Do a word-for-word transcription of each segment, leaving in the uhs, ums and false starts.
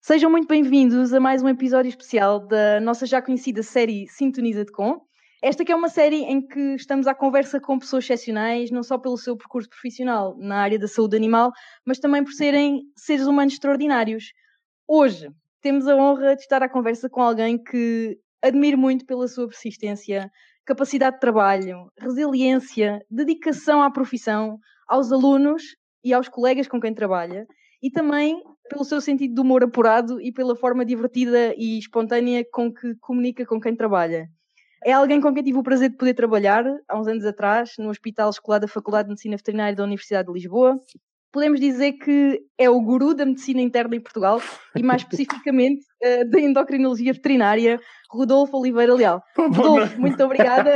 Sejam muito bem-vindos a mais um episódio especial da nossa já conhecida série Sintoniza-te Com. Esta que é uma série em que estamos à conversa com pessoas excepcionais, não só pelo seu percurso profissional na área da saúde animal, mas também por serem seres humanos extraordinários. Hoje temos a honra de estar à conversa com alguém que admiro muito pela sua persistência, capacidade de trabalho, resiliência, dedicação à profissão, aos alunos e aos colegas com quem trabalha, e também pelo seu sentido de humor apurado e pela forma divertida e espontânea com que comunica com quem trabalha. É alguém com quem tive o prazer de poder trabalhar há uns anos atrás, no Hospital Escolar da Faculdade de Medicina Veterinária da Universidade de Lisboa. Podemos dizer que é o guru da medicina interna em Portugal e, mais especificamente, uh, da endocrinologia veterinária, Rodolfo Oliveira Leal. Rodolfo, muito obrigada.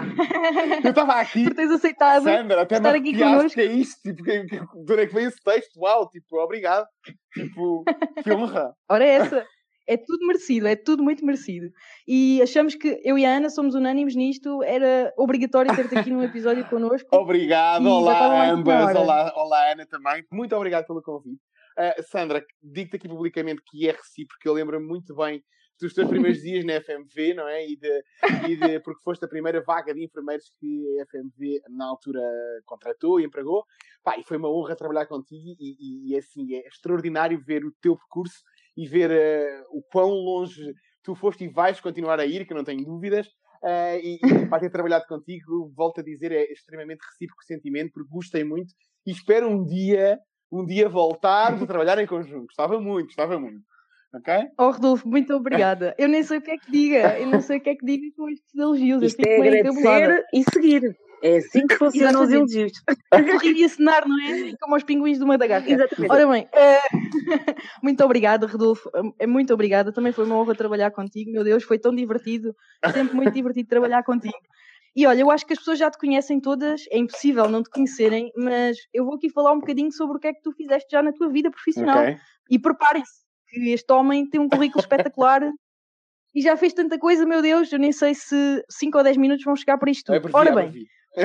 Eu estava aqui, por teres aceitado Sandra, até estar me aqui connosco. que é isto, tipo, que, que, de onde é que vem esse texto? Uau, tipo, obrigado. Tipo, que honra. Ora é essa. É tudo merecido, é tudo muito merecido. E achamos que eu e a Ana somos unânimes nisto, era obrigatório ter-te aqui num episódio connosco. Obrigado, olá ambas, olá, olá Ana também. Muito obrigado pelo convite. Uh, Sandra, digo-te aqui publicamente que é recíproco, eu lembro-me muito bem dos teus primeiros dias na F M V, não é? E de, e de, porque foste a primeira vaga de enfermeiros que a F M V na altura contratou e empregou. Pá, e foi uma honra trabalhar contigo e, e, e assim, é extraordinário ver o teu percurso e ver uh, o quão longe tu foste e vais continuar a ir, que eu não tenho dúvidas. Uh, e, e para ter trabalhado contigo, volto a dizer, é extremamente recíproco o sentimento, porque gostei muito e espero um dia, um dia voltar a trabalhar em conjunto. Gostava muito, gostava muito. Ok? Oh, Rodolfo, muito obrigada. Eu nem sei o que é que diga, eu não sei o que é que diga com estes elogios. Isto é agradecer e seguir. É assim que funcionam os elogios. Sorrir e acenar, não é? Como os pinguins do Madagascar. Exatamente. Ora bem, uh, muito obrigada, Rodolfo. É muito obrigada. Também foi uma honra trabalhar contigo. Meu Deus, foi tão divertido. Sempre muito divertido trabalhar contigo. E olha, eu acho que as pessoas já te conhecem todas. É impossível não te conhecerem. Mas eu vou aqui falar um bocadinho sobre o que é que tu fizeste já na tua vida profissional. Okay. E preparem-se, que este homem tem um currículo espetacular. E já fez tanta coisa, meu Deus. Eu nem sei se cinco ou dez minutos vão chegar para isto tudo. É Ora bem...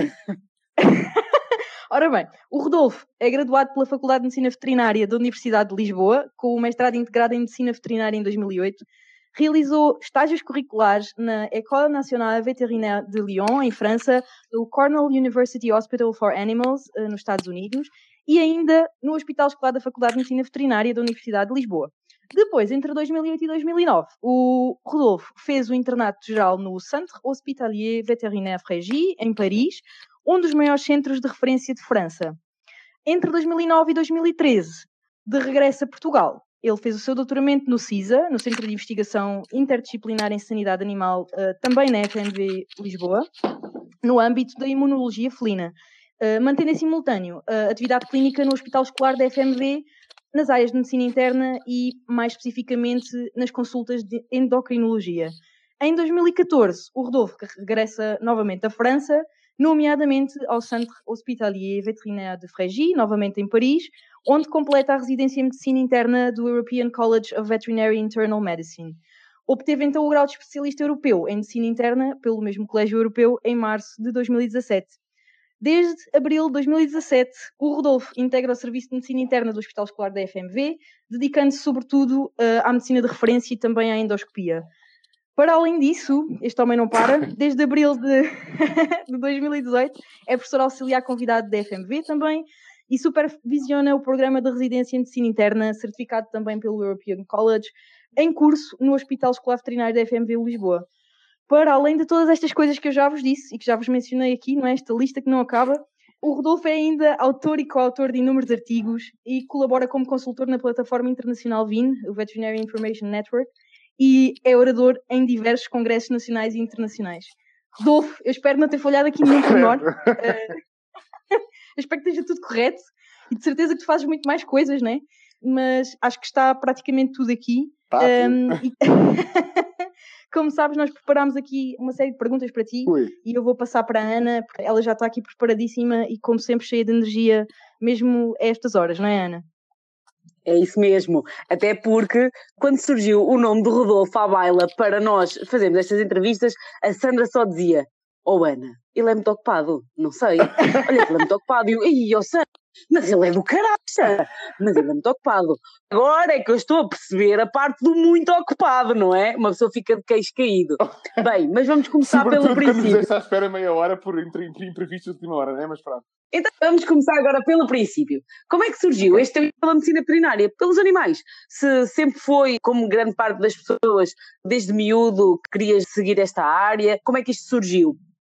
Ora bem, o Rodolfo é graduado pela Faculdade de Medicina Veterinária da Universidade de Lisboa, com o mestrado integrado em Medicina Veterinária em dois mil e oito. Realizou estágios curriculares na École Nationale Vétérinaire de Lyon, em França, no Cornell University Hospital for Animals, nos Estados Unidos, e ainda no Hospital Escolar da Faculdade de Medicina Veterinária da Universidade de Lisboa. Depois, entre dois mil e oito e dois mil e nove, o Rodolfo fez o internato geral no Centre Hospitalier Vétérinaire Fréjus, em Paris, um dos maiores centros de referência de França. Entre dois mil e nove e dois mil e treze, de regresso a Portugal, ele fez o seu doutoramento no CISA, no Centro de Investigação Interdisciplinar em Sanidade Animal, uh, também na F M V Lisboa, no âmbito da imunologia felina, uh, mantendo em simultâneo a atividade clínica no Hospital Escolar da F M V, nas áreas de medicina interna e, mais especificamente, nas consultas de endocrinologia. Em dois mil e catorze, o Rodolfo regressa novamente à França, nomeadamente ao Centre Hospitalier Vétérinaire de Fréjus, novamente em Paris, onde completa a residência em medicina interna do European College of Veterinary Internal Medicine. Obteve então o grau de especialista europeu em medicina interna pelo mesmo Colégio Europeu em março de dois mil e dezassete. Desde abril de dois mil e dezassete, o Rodolfo integra o Serviço de Medicina Interna do Hospital Escolar da F M V, dedicando-se sobretudo uh, à medicina de referência e também à endoscopia. Para além disso, este homem não para, desde abril de, de dois mil e dezoito é professor auxiliar convidado da F M V também e supervisiona o programa de residência em medicina interna, certificado também pelo European College, em curso no Hospital Escolar Veterinário da F M V Lisboa. Para além de todas estas coisas que eu já vos disse e que já vos mencionei aqui, não é, esta lista que não acaba, o Rodolfo é ainda autor e coautor de inúmeros artigos e colabora como consultor na plataforma internacional V I N, o Veterinary Information Network, e é orador em diversos congressos nacionais e internacionais. Rodolfo, eu espero não ter falhado aqui nenhum pormenor. Uh, eu espero que esteja tudo correto e de certeza que tu fazes muito mais coisas, né? Mas acho que está praticamente tudo aqui. Tá, um, e... Como sabes, nós preparámos aqui uma série de perguntas para ti. Ui. E eu vou passar para a Ana, porque ela já está aqui preparadíssima e, como sempre, cheia de energia, mesmo a estas horas, não é, Ana? É isso mesmo, até porque quando surgiu o nome do Rodolfo à baila para nós fazermos estas entrevistas, a Sandra só dizia: "Oh Ana, ele é muito ocupado", não sei, olha que ele é muito ocupado, e eu, "Ih, oh Sandra, Mas ele é do caraça, mas ele é muito ocupado. Agora é que eu estou a perceber a parte do muito ocupado, não é? Uma pessoa fica de queixo caído. Bem, mas vamos começar pelo princípio. Sobretudo quando nos deixa à espera meia hora por imprevistos de última hora, não é? Mas pronto. Então vamos começar agora pelo princípio. Como é que surgiu este tema pela medicina veterinária? Pelos animais. Se sempre foi, como grande parte das pessoas, desde miúdo, que querias seguir esta área, como é que isto surgiu?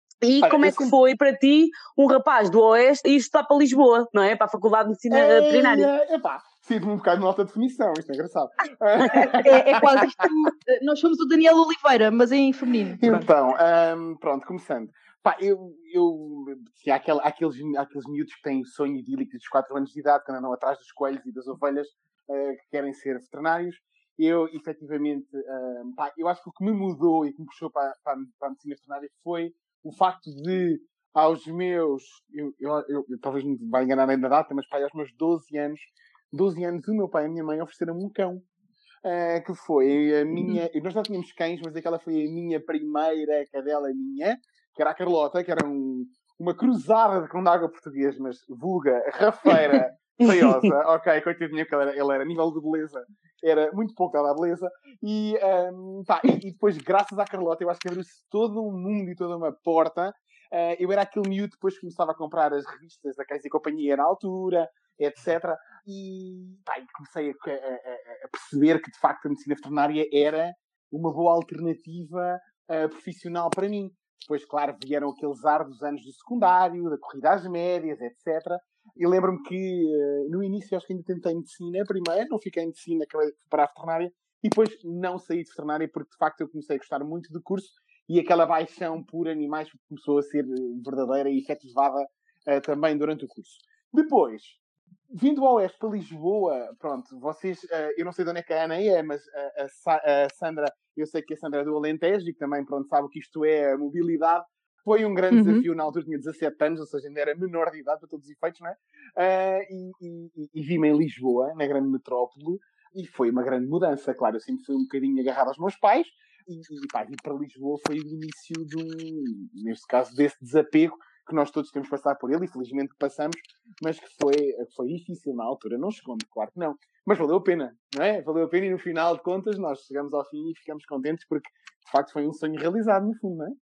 E Olha, como é que sempre... foi para ti, um rapaz do Oeste, ir estudar para Lisboa, não é? Para a Faculdade de Medicina é, Veterinária? É, epá, sinto-me um bocado de alta definição, isto é engraçado. é, é quase isto. Nós somos o Daniel Oliveira, mas em feminino. Então, um, pronto, começando. Pá, eu, eu há, aquel, há, aqueles, há aqueles miúdos que têm o sonho idílico dos quatro anos de idade, que andam atrás dos coelhos e das ovelhas, uh, que querem ser veterinários. Eu, efetivamente, uh, pá, eu acho que o que me mudou e que me puxou para, para, para a medicina veterinária foi o facto de, aos meus, eu, eu, eu, eu talvez me vai enganar ainda a data, mas pá, aos meus doze anos, doze anos, o meu pai e a minha mãe ofereceram-me um cão. Uh, que foi a minha... Nós já tínhamos cães, mas aquela foi a minha primeira cadela minha, que era a Carlota, que era um, uma cruzada de cão d'água português, mas vulga, rafeira, feiosa. Ok, coitadinha, porque ele era, ele era a nível de beleza, era muito pouco dada a beleza. E, um, pá, e, e depois, graças à Carlota, eu acho que abriu-se todo um mundo e toda uma porta. Uh, eu era aquele miúdo, depois começava a comprar as revistas da Cães e Companhia na altura, etcétera. E, pá, e comecei a, a, a perceber que, de facto, a medicina veterinária era uma boa alternativa uh, profissional para mim. Depois, claro, vieram aqueles árduos anos do secundário, da corrida às médias, etcétera. E lembro-me que, uh, no início, acho que ainda tentei medicina primeiro, não fiquei em medicina, acabei para a veterinária, e depois não saí de veterinária porque, de facto, eu comecei a gostar muito do curso e aquela paixão por animais começou a ser verdadeira e efetivada uh, também durante o curso. Depois, vindo ao Oeste para Lisboa, pronto, vocês, uh, eu não sei de onde é que a Ana é, mas a, a, a Sandra, eu sei que a Sandra é do Alentejo e que também, pronto, sabe o que isto é a mobilidade. Foi um grande uhum. desafio, na altura tinha dezassete anos, ou seja, ainda era menor de idade para todos os efeitos, não é? Uh, e, e, e vi-me em Lisboa, na grande metrópole, e foi uma grande mudança, claro, eu sempre fui um bocadinho agarrado aos meus pais, e, e pá, vir para Lisboa foi o início de um, neste caso, desse desapego que nós todos temos que passar por ele, e felizmente passamos, mas que foi, foi difícil na altura, não escondo, claro que não, mas valeu a pena, não é? Valeu a pena e no final de contas nós chegamos ao fim e ficamos contentes porque, de facto, foi um sonho realizado no fundo, não é?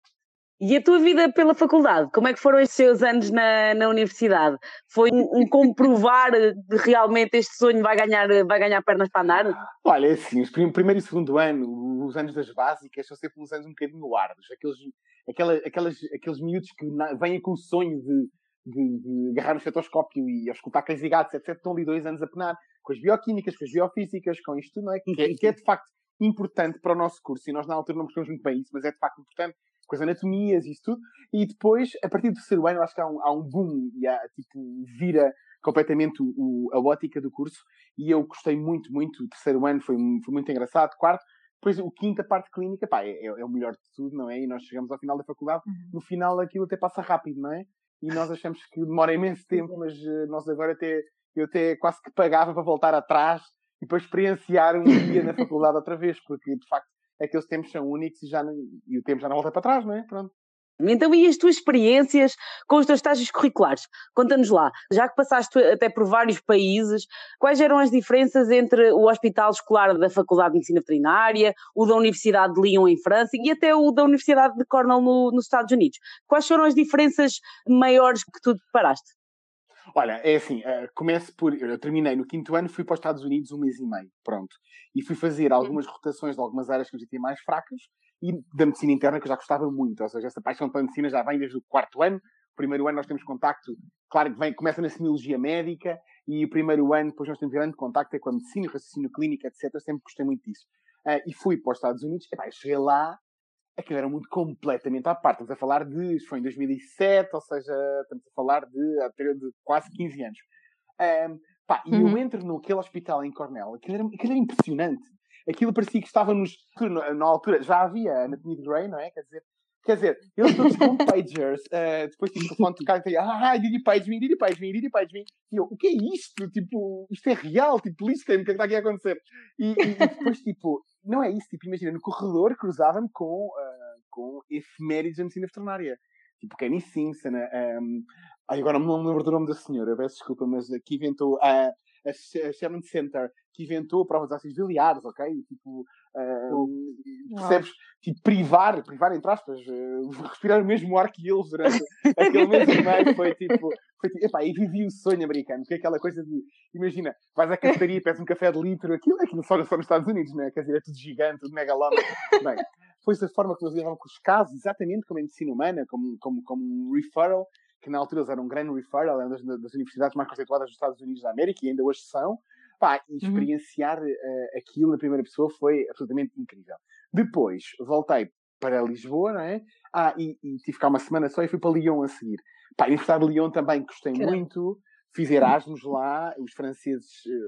E a tua vida pela faculdade? Como é que foram os seus anos na, na universidade? Foi um, um comprovar que realmente este sonho vai ganhar, vai ganhar pernas para andar? Olha, assim, os prim- primeiro e segundo ano, os anos das básicas, são sempre uns anos um bocadinho árduos. Aqueles, aquela, aquelas, aqueles miúdos que na, vêm com o sonho de, de, de agarrar o estetoscópio e escutar cães e gatos, etcétera. Estão ali dois anos a penar com as bioquímicas, com as biofísicas, com isto, não é? Que, é, que é de facto importante para o nosso curso. E nós na altura não percebemos muito bem isso, mas é de facto importante. Com as anatomias e isso tudo, e depois, a partir do terceiro ano, acho que há um, há um boom, e há, tipo, vira completamente o, o, a ótica do curso, e eu gostei muito, muito, o terceiro ano foi, foi muito engraçado, quarto, depois o quinto, a parte clínica, pá, é, é o melhor de tudo, não é? E nós chegamos ao final da faculdade, uhum. no final aquilo até passa rápido, não é? E nós achamos que demora imenso tempo, mas uh, nós agora até, eu até quase que pagava para voltar atrás, e para experienciar um dia na faculdade outra vez, porque, de facto, aqueles tempos são únicos e, já não, e o tempo já não volta para trás, não é? Pronto. Então, e as tuas experiências com os teus estágios curriculares? Conta-nos lá, já que passaste até por vários países, quais eram as diferenças entre o Hospital Escolar da Faculdade de Medicina Veterinária, o da Universidade de Lyon em França e até o da Universidade de Cornell no, nos Estados Unidos? Quais foram as diferenças maiores que tu deparaste? Olha, é assim, uh, começo por... Eu terminei no quinto ano, fui para os Estados Unidos um mês e meio, pronto. E fui fazer algumas rotações de algumas áreas que eu já tinha mais fracas e da medicina interna que eu já gostava muito. Ou seja, essa paixão pela medicina já vem desde o quarto ano. O primeiro ano nós temos contacto, claro que vem, começa na semiologia médica e o primeiro ano depois nós temos grande contacto é com a medicina, raciocínio clínico, etcétera. Sempre gostei muito disso. Uh, e fui para os Estados Unidos. E pá, eu cheguei lá, aquilo era muito completamente à parte. Estamos a falar de... Foi em dois mil e sete, ou seja, estamos a falar de, de quase quinze anos. Um, pá, e uhum. eu entro naquele hospital em Cornell, aquilo era, aquilo era impressionante. Aquilo parecia que estávamos, na, na altura, já havia anatomia de Grey, não é? Quer dizer, quer dizer eles todos com pagers, uh, depois tipo, o telefone tocava e ah, did you page me, did you page me, did you page me? E eu, o que é isto? Tipo, isto é real, tipo, listem-me o que é que está aqui a acontecer. E, e, e depois, tipo, não é isso, tipo, imagina, no corredor cruzava-me com, uh, com efemérides da medicina veterinária. Tipo Kenny Simpson, um, Ai, agora não me lembro do nome da senhora, peço desculpa, mas que inventou a, a Shannon Center, que inventou a prova de exercícios biliares, ok? Tipo, uh, percebes? Tipo, privar, privar entre aspas, uh, respirar o mesmo ar que eles durante aquele mês e meio foi tipo, foi tipo, epá, e vivi o sonho americano, que é aquela coisa de, imagina, vais à cafetaria, pedes um café de litro, aquilo, aquilo só, só nos Estados Unidos, não é? Quer dizer, é tudo gigante, tudo megalómano. Bem, foi essa forma que nós lidavam com os casos, exatamente como a medicina humana, como, como, como um referral, que na altura era um grande referral, era uma das, das universidades mais conceituadas dos Estados Unidos da América, e ainda hoje são. Pá, e experienciar uhum. uh, aquilo na primeira pessoa foi absolutamente incrível. Depois, voltei para Lisboa, não é? Ah, e, e tive cá uma semana só e fui para Lyon a seguir. Pá, a Universidade de Lyon também gostei Caramba. muito, fiz Erasmus lá, os franceses,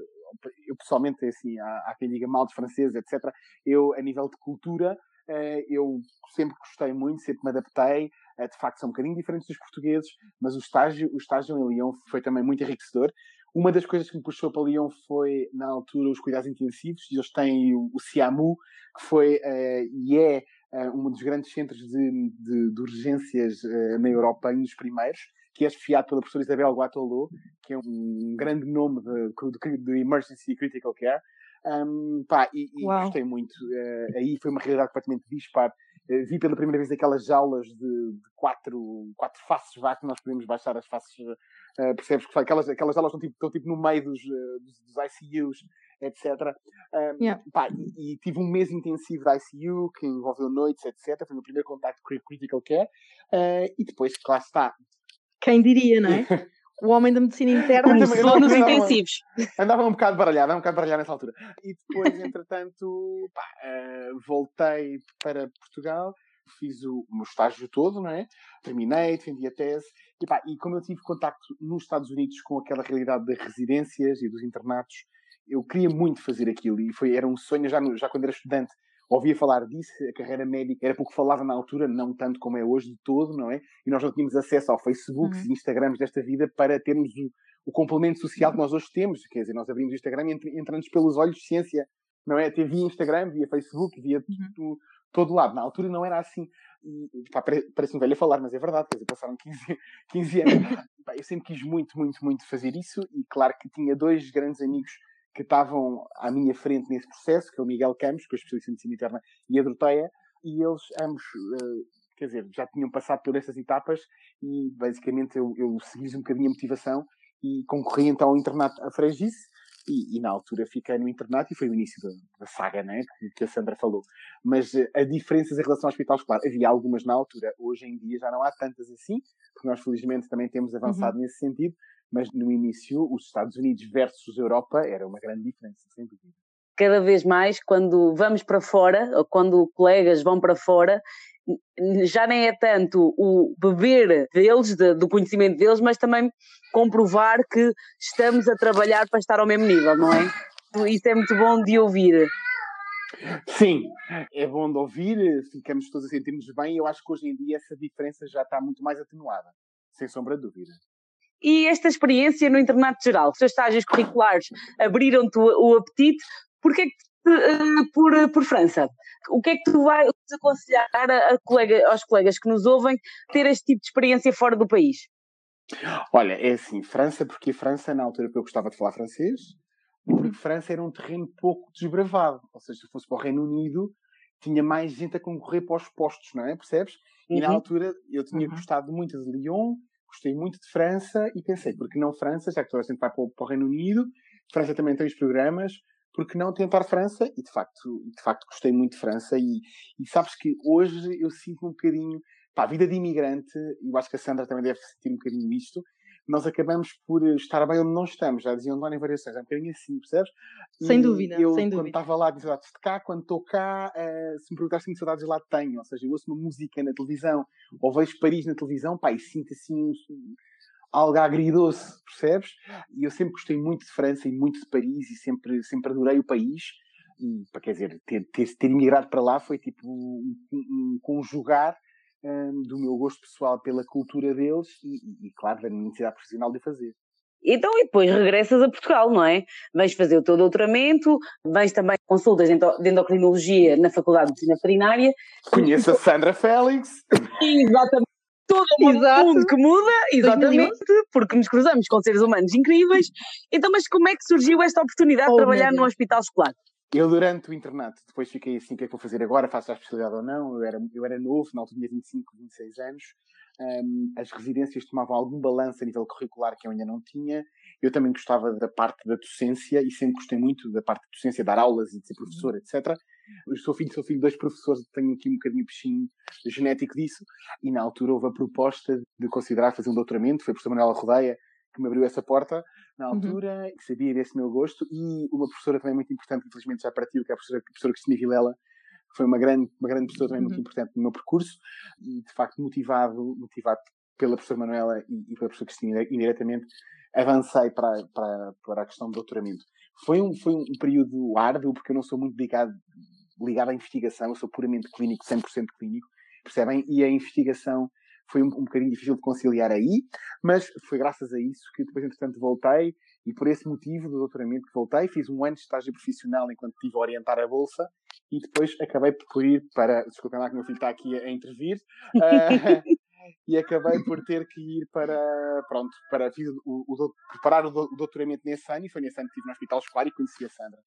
eu pessoalmente, assim, há, há quem diga mal dos franceses, etcétera. Eu, a nível de cultura, uh, eu sempre gostei muito, sempre me adaptei. Uh, de facto, são um bocadinho diferentes dos portugueses, mas o estágio, o estágio em Lyon foi também muito enriquecedor. Uma das coisas que me puxou para Lyon foi, na altura, os cuidados intensivos. Eles têm o, o SIAMU, que foi uh, e é uh, um dos grandes centros de, de, de urgências uh, na Europa, um dos primeiros, que é chefiado pela professora Isabel Guatolo, que é um grande nome de, de, de Emergency Critical Care. Um, pá, e, e gostei muito. Uh, aí foi uma realidade completamente dispar. Uh, vi pela primeira vez aquelas jaulas de, de quatro, quatro faces, vá, que nós podemos baixar as faces. Uh, percebes que aquelas, aquelas jaulas estão tipo, estão tipo no meio dos, uh, dos, dos I C Us, etcétera. Um, yeah. pá, e, e tive um mês intensivo de I C U, que envolveu noites, etcétera. Foi o meu primeiro contacto com Critical Care. Uh, e depois, claro está. Quem diria, não é? O homem da medicina interna começou nos intensivos. Andava um bocado baralhado, andava um bocado baralhado nessa altura. E depois, entretanto, pá, uh, voltei para Portugal, fiz o meu estágio todo, não é? Terminei, defendi a tese. E, pá, e como eu tive contacto nos Estados Unidos com aquela realidade das residências e dos internatos, eu queria muito fazer aquilo. E foi, era um sonho, já, no, já quando era estudante, ouvia falar disso, a carreira médica era pouco falava na altura, não tanto como é hoje de todo, não é? E nós não tínhamos acesso ao Facebook e uhum. Instagrams desta vida para termos o, o complemento social que nós hoje temos. Quer dizer, nós abrimos o Instagram e entramos pelos olhos de ciência, não é? Até via Instagram, via Facebook, via uhum. todo, todo lado. Na altura não era assim. E, pá, parece um velho a falar, mas é verdade. Quer dizer, passaram quinze, quinze anos. Pá, eu sempre quis muito, muito, muito fazer isso e claro que tinha dois grandes amigos que estavam à minha frente nesse processo, que é o Miguel Campos, que é especialista em medicina interna, e a Doroteia, e eles ambos, uh, quer dizer, já tinham passado por essas etapas e, basicamente, eu, eu segui-lhes um bocadinho a motivação e concorri então ao internato a Fregice e, e, na altura, fiquei no internato e foi o início da, da saga, né, que, que a Sandra falou. Mas uh, as diferenças em relação ao hospital escolar, havia algumas na altura, hoje em dia já não há tantas assim, porque nós, felizmente, também temos avançado uhum. nesse sentido. Mas no início, os Estados Unidos versus Europa era uma grande diferença, sem dúvida. Cada vez mais, quando vamos para fora, ou quando colegas vão para fora, já nem é tanto o beber deles, de, do conhecimento deles, mas também comprovar que estamos a trabalhar para estar ao mesmo nível, não é? Isso é muito bom de ouvir. Sim, é bom de ouvir, ficamos todos a sentir-nos bem e eu acho que hoje em dia essa diferença já está muito mais atenuada, sem sombra de dúvida. E esta experiência no internato geral, os teus estágios curriculares abriram-te o, o apetite, porquê que uh, por, por França? O que é que tu vais aconselhar a, a colega, aos colegas que nos ouvem ter este tipo de experiência fora do país? Olha, é assim, França, porque França, na altura que eu gostava de falar francês, e porque França era um terreno pouco desbravado, ou seja, se fosse para o Reino Unido, tinha mais gente a concorrer para os postos, não é? Percebes? E uhum. na altura eu tinha uhum. gostado muito de Lyon, gostei muito de França e pensei, por que não França, já que toda a gente vai para o, para o Reino Unido, França também tem os programas, por que não tentar França? E de facto, de facto gostei muito de França e, e sabes que hoje eu sinto um bocadinho, pá, a vida de imigrante, e eu acho que a Sandra também deve sentir um bocadinho isto, nós acabamos por estar bem onde não estamos, já diziam lá em variações, é um bocadinho assim, percebes? Sem e dúvida, eu, sem quando dúvida. estava lá, tinha saudades de cá, quando estou cá, uh, se me perguntares se tenho saudades lá, tenho, ou seja, eu ouço uma música na televisão, ou vejo Paris na televisão, pá, e sinto assim algo agridoce, percebes? E eu sempre gostei muito de França e muito de Paris e sempre, sempre adorei o país e, pá, quer dizer, ter, ter, ter imigrado para lá foi tipo um, um, um conjugar um, do meu gosto pessoal pela cultura deles e, e, claro, da minha necessidade profissional de fazer. Então, e depois regressas a Portugal, não é? Vais fazer o teu doutoramento, vais também consultas de endocrinologia na Faculdade de Medicina Veterinária. Conheço a Sandra Félix. Exatamente. todo um mundo que muda, exatamente, porque nos cruzamos com seres humanos incríveis. Então, mas como é que surgiu esta oportunidade oh, de trabalhar no hospital escolar? Eu, durante o internato, depois fiquei assim, o que é que vou fazer agora? Faço a especialidade ou não? Eu era, eu era novo, na altura tinha vinte e cinco, vinte e seis anos. Um, as residências tomavam algum balanço a nível curricular que eu ainda não tinha. Eu também gostava da parte da docência e sempre gostei muito da parte da docência, dar aulas e de ser professor, etcétera. Eu sou filho, sou filho de dois professores, tenho aqui um bocadinho de peixinho genético disso. E na altura houve a proposta de considerar fazer um doutoramento. Foi a professora Manuela Rodeia que me abriu essa porta na altura, uhum. que sabia desse meu gosto, e uma professora também muito importante, que infelizmente já partiu, que é a professora, a professora Cristina Vilela, que foi uma grande, uma grande professora também uhum. muito importante no meu percurso, e de facto motivado, motivado pela professora Manuela e, e pela professora Cristina indiretamente, avancei para, para, para a questão do doutoramento. Foi um, foi um período árduo, porque eu não sou muito ligado, ligado à investigação, eu sou puramente clínico, cem por cento clínico, percebem? E a investigação foi um, um bocadinho difícil de conciliar aí, mas foi graças a isso que depois, entretanto, voltei, e por esse motivo do doutoramento que voltei, fiz um ano de estágio profissional enquanto estive a orientar a bolsa, e depois acabei por ir para... Desculpem lá que o meu filho está aqui a, a intervir. Uh, e acabei por ter que ir para... Pronto, para fiz o, o, preparar o doutoramento nesse ano, e foi nesse ano que estive no hospital escolar e conheci a Sandra.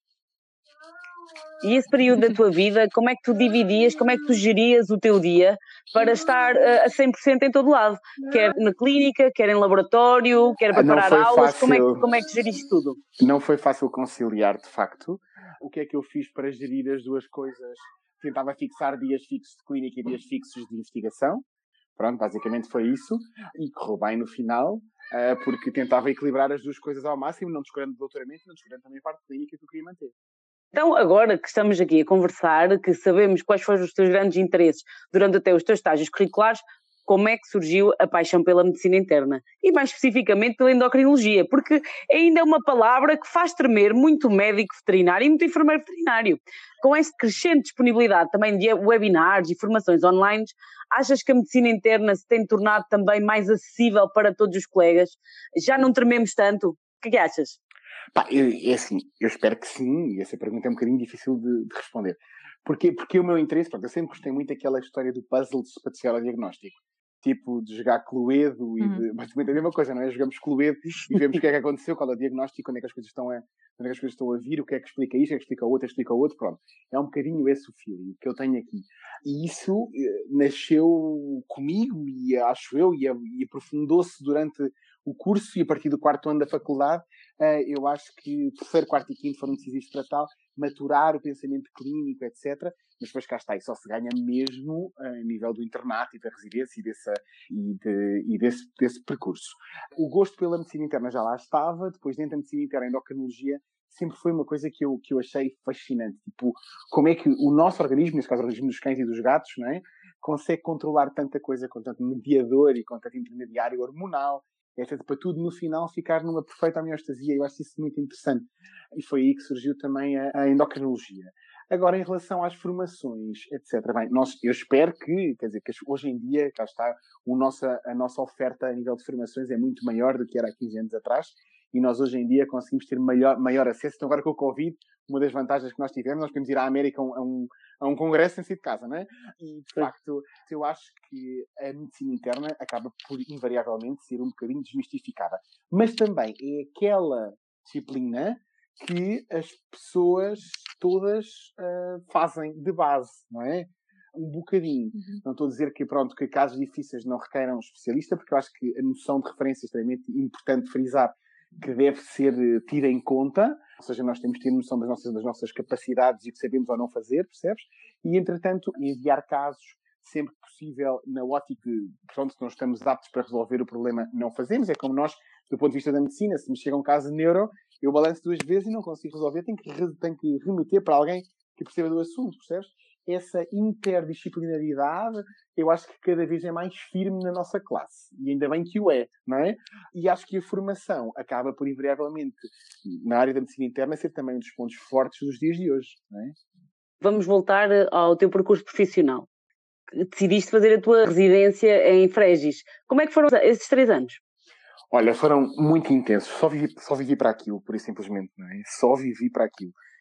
E esse período da tua vida, como é que tu dividias, como é que tu gerias o teu dia para estar uh, a cem por cento em todo lado? Quer na clínica, quer em laboratório, quer preparar aulas, fácil. como é, que, como é que geriste tudo? Não foi fácil conciliar, de facto. O que é que eu fiz para gerir as duas coisas? Tentava fixar dias fixos de clínica e dias fixos de investigação. Pronto, basicamente foi isso. E correu bem no final, uh, porque tentava equilibrar as duas coisas ao máximo, não descurando o doutoramento, não descurando também a parte clínica que eu queria manter. Então, agora que estamos aqui a conversar, que sabemos quais foram os teus grandes interesses durante até os teus estágios curriculares, como é que surgiu a paixão pela medicina interna? E mais especificamente pela endocrinologia, porque ainda é uma palavra que faz tremer muito médico veterinário e muito enfermeiro veterinário. Com essa crescente disponibilidade também de webinars e formações online, achas que a medicina interna se tem tornado também mais acessível para todos os colegas? Já não trememos tanto? O que é que achas? Pá, é assim, eu espero que sim, e essa pergunta é um bocadinho difícil de, de responder. Porquê? Porque o meu interesse, pronto, eu sempre gostei muito daquela história do puzzle para chegar ao diagnóstico. Tipo, de jogar Cluedo e de... Uhum. Basicamente a mesma coisa, não é? Jogamos Cluedo e vemos o que é que aconteceu, qual é o diagnóstico, quando é que as coisas estão a, quando é que as coisas estão a vir, o que é que explica isto, o que é que explica o outro, explica o outro, pronto. É um bocadinho esse o feeling que eu tenho aqui. E isso eh, nasceu comigo e acho eu, e, e aprofundou-se durante o curso e a partir do quarto ano da faculdade, eh, eu acho que o terceiro, quarto e quinto foram decisivos para tal, maturar o pensamento clínico, etcétera. Mas depois cá está, e só se ganha mesmo a nível do internato e da residência e, dessa, e, de, e desse, desse percurso. O gosto pela medicina interna já lá estava, depois dentro da medicina interna, a endocrinologia sempre foi uma coisa que eu, que eu achei fascinante. Tipo, como é que o nosso organismo, neste caso o organismo dos cães e dos gatos, não é, consegue controlar tanta coisa com tanto mediador e com tanto intermediário hormonal, etcétera, para tudo no final ficar numa perfeita homeostasia. Eu acho isso muito interessante. E foi aí que surgiu também a, a endocrinologia. Agora, em relação às formações, etcétera, bem, nós, eu espero que, quer dizer, que hoje em dia, cá está, o nossa, a nossa oferta a nível de formações é muito maior do que era há quinze anos atrás, e nós hoje em dia conseguimos ter maior, maior acesso. Então agora com o Covid, uma das vantagens que nós tivemos, nós podemos ir à América a um, a um, a um congresso sem sair de casa, não é? E, de facto, eu acho que a medicina interna acaba por, invariavelmente, ser um bocadinho desmistificada. Mas também é aquela disciplina que as pessoas todas uh, fazem de base, não é? Um bocadinho. Uhum. Não estou a dizer que, pronto, que casos difíceis não requeiram um especialista, porque eu acho que a noção de referência é extremamente importante frisar, que deve ser tida em conta, ou seja, nós temos que ter noção das nossas, das nossas capacidades e o que sabemos ou não fazer, percebes? E, entretanto, enviar casos sempre que possível na ótica de, pronto, se não estamos aptos para resolver o problema, não fazemos. É como nós, do ponto de vista da medicina, se me chega um caso de neuro, eu balanço duas vezes e não consigo resolver, tenho que, tenho que remeter para alguém que perceba do assunto, percebes? Essa interdisciplinaridade, eu acho que cada vez é mais firme na nossa classe. E ainda bem que o é, não é? E acho que a formação acaba por, invariavelmente, na área da medicina interna, ser também um dos pontos fortes dos dias de hoje, não é? Vamos voltar ao teu percurso profissional. Decidiste fazer a tua residência em Frégis. Como é que foram esses três anos? Olha, foram muito intensos. Só vivi, só vivi para aquilo, pura e simplesmente, não é? Só vivi para aquilo.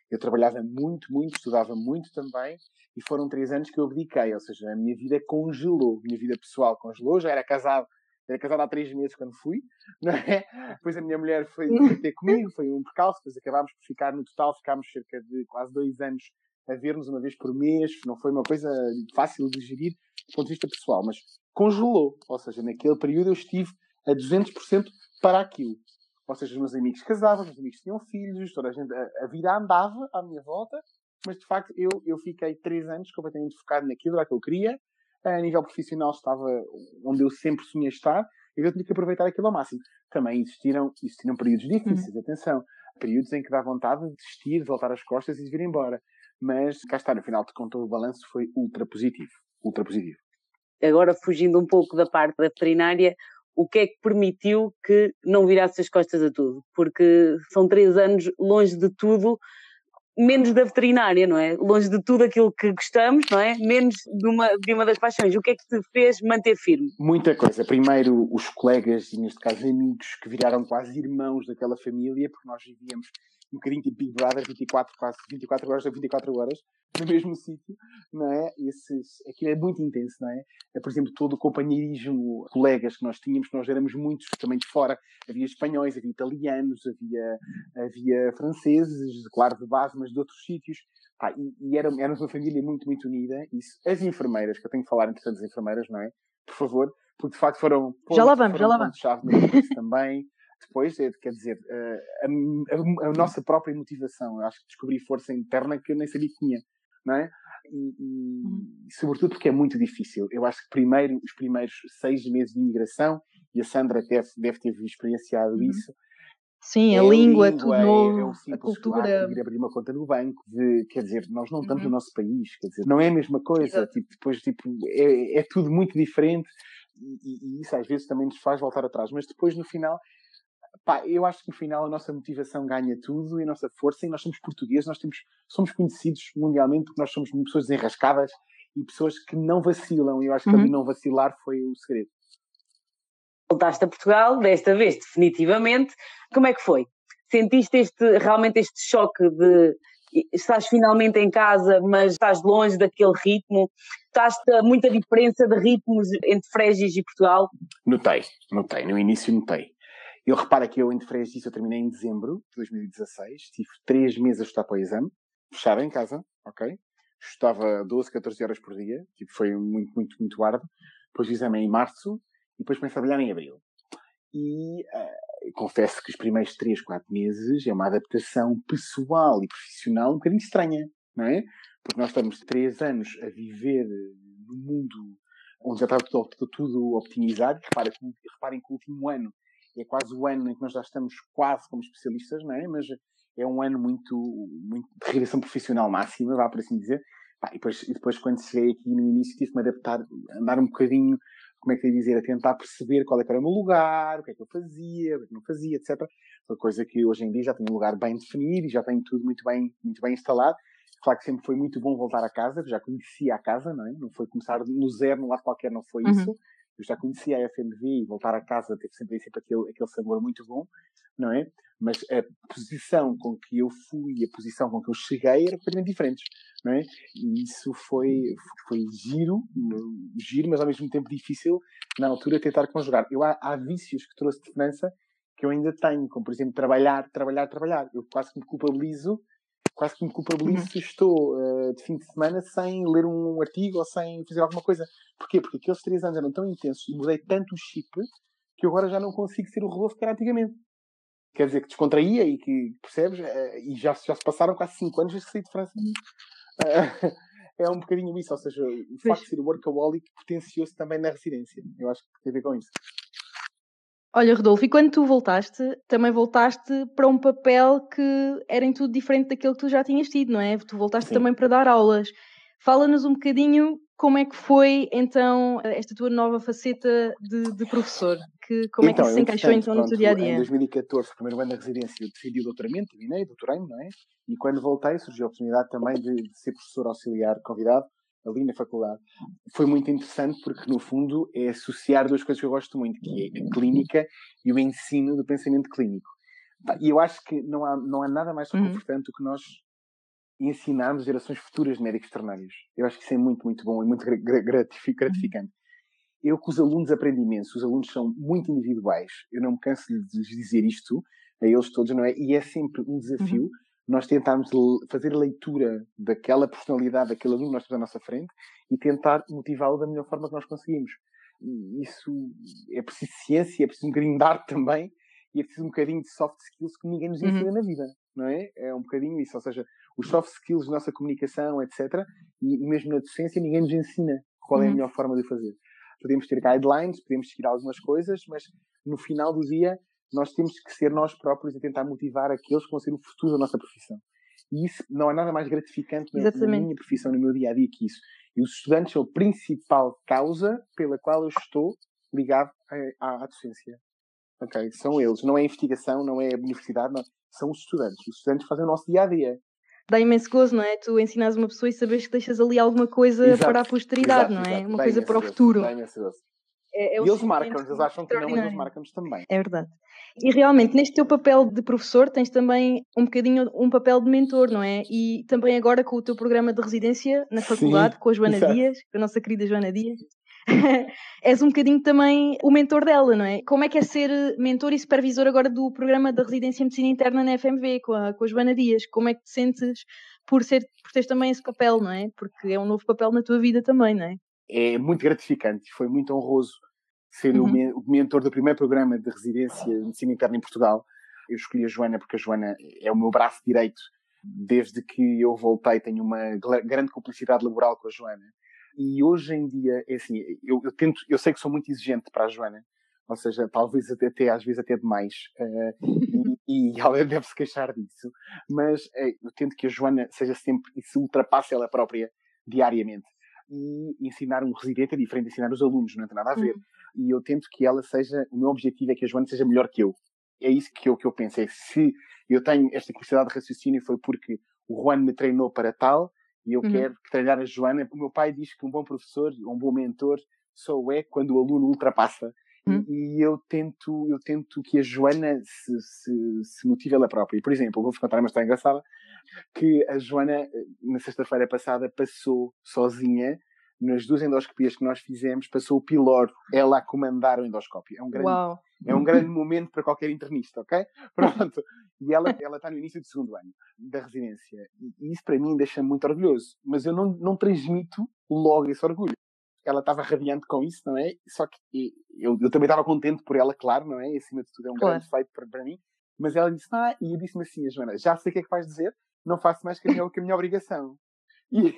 Eu trabalhava muito, muito, estudava muito também, e foram três anos que eu abdiquei, ou seja, a minha vida congelou, a minha vida pessoal congelou, já era casado, era casado há três meses quando fui, não é? Depois a minha mulher foi, foi ter comigo, foi um percalço, depois acabámos por ficar, no total, ficámos cerca de quase dois anos a ver-nos uma vez por mês, não foi uma coisa fácil de gerir do ponto de vista pessoal, mas congelou, ou seja, naquele período eu estive a duzentos por cento para aquilo. Ou seja, os meus amigos casavam, os meus amigos tinham filhos, toda a gente, a, a vida andava à minha volta, mas de facto eu, eu fiquei três anos completamente focado naquilo, era o que eu queria. A nível profissional estava onde eu sempre sonhei estar, e eu tinha que aproveitar aquilo ao máximo. Também existiram, existiram períodos difíceis, uhum. atenção, períodos em que dá vontade de desistir, de voltar as costas e de vir embora. Mas cá está, no final de contas o balanço foi ultra positivo, ultra positivo. Agora, fugindo um pouco da parte da veterinária, o que é que permitiu que não virasse as costas a tudo? Porque são três anos longe de tudo, menos da veterinária, não é? Longe de tudo aquilo que gostamos, não é? Menos de uma, de uma das paixões. O que é que te fez manter firme? Muita coisa. Primeiro, os colegas, e neste caso amigos, que viraram quase irmãos daquela família, porque nós vivíamos um bocadinho tipo Big Brother, vinte e quatro, quase vinte e quatro horas a vinte e quatro horas, no mesmo sítio, não é? Esses, aquilo é muito intenso, não é? É, por exemplo, todo o companheirismo, colegas que nós tínhamos, que nós éramos muitos também de fora, havia espanhóis, havia italianos, havia, havia franceses, claro, de base, mas de outros sítios, ah, e, e éramos, éramos uma família muito, muito unida. Isso, as enfermeiras, que eu tenho que falar, entretanto, das enfermeiras, não é? Por favor, porque de facto foram pontos, já lá vamos, foram já lá vamos. chave no começo também. Depois, quer dizer, a, a, a nossa própria motivação. Eu acho que descobri força interna que eu nem sabia que tinha, não é? E, e, uhum. e sobretudo porque é muito difícil. Eu acho que primeiro, os primeiros seis meses de imigração, e a Sandra deve, deve ter experienciado uhum. isso. Sim, é a língua, é tudo novo, é, é o simples, a cultura. Ir abrir uma conta no banco, de, quer dizer, nós não estamos uhum. no nosso país, quer dizer, não é a mesma coisa. Tipo, depois, tipo, é, é tudo muito diferente e, e isso às vezes também nos faz voltar atrás. Mas depois, no final, pá, eu acho que no final a nossa motivação ganha tudo e a nossa força, e nós somos portugueses, nós temos, somos conhecidos mundialmente porque nós somos pessoas desenrascadas e pessoas que não vacilam, e eu acho que uhum. ali não vacilar foi o segredo. Voltaste a Portugal, desta vez definitivamente. Como é que foi? Sentiste este, realmente este choque de estás finalmente em casa, mas estás longe daquele ritmo? Estás muita diferença de ritmos entre Frégis e Portugal? Notei, notei, no início notei. Eu reparo que eu entre Frégis eu terminei em dezembro de dois mil e dezasseis, tive três meses a estudar para o exame, fechado em casa, ok? Estudava doze, catorze horas por dia, tipo, foi muito, muito, muito árduo. Depois o exame é em março, e depois comecei a trabalhar em abril. E uh, confesso que os primeiros três, quatro meses é uma adaptação pessoal e profissional um bocadinho estranha, não é? Porque nós estamos três anos a viver num mundo onde já está tudo, tudo optimizado. Repara, reparem que o último ano é quase o ano em que nós já estamos quase como especialistas, não é? Mas é um ano muito, muito de regressão profissional máxima, vá por assim dizer. Pá, e, depois, e depois, quando cheguei aqui no início, tive-me adaptar, andar um bocadinho, como é que eu ia dizer, a tentar perceber qual é que era o meu lugar, o que é que eu fazia, o que é que não fazia, etcétera. Uma coisa que hoje em dia já tenho um lugar bem definido e já tenho tudo muito bem, muito bem instalado. Claro que sempre foi muito bom voltar a casa, já conhecia a casa, não é? Não foi começar no zero, num lado qualquer, não foi uhum. isso. Eu já conhecia a F M V e voltar a casa teve sempre, sempre aquele, aquele sabor muito bom, não é? Mas a posição com que eu fui e a posição com que eu cheguei eram completamente diferentes, não é? E isso foi, foi giro, giro, mas ao mesmo tempo difícil, na altura, tentar conjugar. Eu, há, há vícios que trouxe de França que eu ainda tenho, como, por exemplo, trabalhar, trabalhar, trabalhar. Eu quase que me culpabilizo, quase que me culpabilizo se uhum. estou uh, de fim de semana sem ler um artigo ou sem fazer alguma coisa. Porquê? Porque aqueles três anos eram tão intensos e mudei tanto o chip que eu agora já não consigo ser o robô que era antigamente. Quer dizer, que descontraía e que, percebes? Uh, e já, já se passaram quase cinco anos desde que saí de França. Uh, é um bocadinho isso. Ou seja, o facto de ser workaholic potenciou-se também na residência. Eu acho que tem a ver com isso. Olha, Rodolfo, e quando tu voltaste, também voltaste para um papel que era em tudo diferente daquele que tu já tinhas tido, não é? Tu voltaste Sim. também para dar aulas. Fala-nos um bocadinho como é que foi, então, esta tua nova faceta de, de professor. Que, como então, é que isso se encaixou, então, no teu dia-a-dia? Em dois mil e catorze, primeiro ano da residência, eu decidi o doutoramento, terminei, doutorei-me, não é? E quando voltei, surgiu a oportunidade também de, de ser professor auxiliar convidado ali na faculdade. Foi muito interessante porque, no fundo, é associar duas coisas que eu gosto muito, que é a clínica e o ensino do pensamento clínico. E eu acho que não há, não há nada mais reconfortante do que nós ensinarmos gerações futuras de médicos veterinários. Eu acho que isso é muito, muito bom e muito gratificante. Eu com os alunos aprendo imenso. Os alunos são muito individuais. Eu não me canso de dizer isto a eles todos, não é? E é sempre um desafio uhum. nós tentarmos fazer a leitura daquela personalidade, daquele aluno que nós temos à nossa frente e tentar motivá-lo da melhor forma que nós conseguimos. E isso é preciso ciência, é preciso um bocadinho de arte também e é preciso um bocadinho de soft skills que ninguém nos ensina uhum. na vida, não é? É um bocadinho isso. Ou seja, os soft skills da nossa comunicação, etcétera. E mesmo na docência ninguém nos ensina qual é a melhor forma de o fazer. Podemos ter guidelines, podemos seguir algumas coisas, mas no final do dia nós temos que ser nós próprios a tentar motivar aqueles que vão ser o futuro da nossa profissão. E isso não há nada mais gratificante na, na minha profissão, no meu dia-a-dia que isso. E os estudantes são a principal causa pela qual eu estou ligado à, à docência. Ok? São eles. Não é a investigação, não é a universidade, não. São os estudantes. Os estudantes fazem o nosso dia-a-dia. Dá imenso gozo, não é? Tu ensinas uma pessoa e sabes que deixas ali alguma coisa exato, para a posteridade, exato, não é? Exato. Uma Dá coisa para o gozo, futuro. Dá imenso gozo. É, é e eles marcam-nos, eles acham que não, mas eles marcam-nos também. É verdade. E realmente, neste teu papel de professor, tens também um bocadinho um papel de mentor, não é? E também agora com o teu programa de residência na faculdade, sim, com a Joana exato. Dias, com a nossa querida Joana Dias, és um bocadinho também o mentor dela, não é? Como é que é ser mentor e supervisor agora do programa da residência em medicina interna na F M V, com a, com a Joana Dias? Como é que te sentes por, ser, por teres também esse papel, não é? Porque é um novo papel na tua vida também, não é? É muito gratificante, foi muito honroso ser uhum. o, me- o mentor do primeiro programa de residência de medicina interna em Portugal. Eu escolhi a Joana porque a Joana é o meu braço direito. Desde que eu voltei, tenho uma grande cumplicidade laboral com a Joana. E hoje em dia, é assim, eu, eu tento, eu sei que sou muito exigente para a Joana, ou seja, talvez até, até às vezes até demais, uh, e, e ela deve se queixar disso, mas uh, eu tento que a Joana seja sempre, e se ultrapasse ela própria diariamente. E ensinar um residente é diferente de ensinar os alunos, não tem nada a ver. Uhum. E eu tento que ela seja, o meu objetivo é que a Joana seja melhor que eu. É isso que eu, que eu penso, é se eu tenho esta capacidade de raciocínio foi porque o Juan me treinou para tal, e eu uhum. quero treinar a Joana. O meu pai diz que um bom professor, um bom mentor, só é quando o aluno ultrapassa. Uhum. E, e eu tento, eu tento que a Joana se, se, se motive ela própria. E, por exemplo, vou-vos contar uma história engraçada, que a Joana, na sexta-feira passada, passou sozinha, nas duas endoscopias que nós fizemos, passou o piloro, ela a comandar o endoscópio. É um grande, Uau. é um grande momento para qualquer internista, ok? Pronto. E ela, ela está no início do segundo ano da residência. E isso para mim deixa-me muito orgulhoso. Mas eu não, não transmito logo esse orgulho. Ela estava radiante com isso, não é? Só que eu, eu também estava contente por ela, claro, não é? E acima de tudo é um claro. grande feito para, para mim. Mas ela disse, ah, e eu disse-me assim, a Joana, já sei o que é que vais dizer, não faço mais que a minha, que a minha obrigação. E,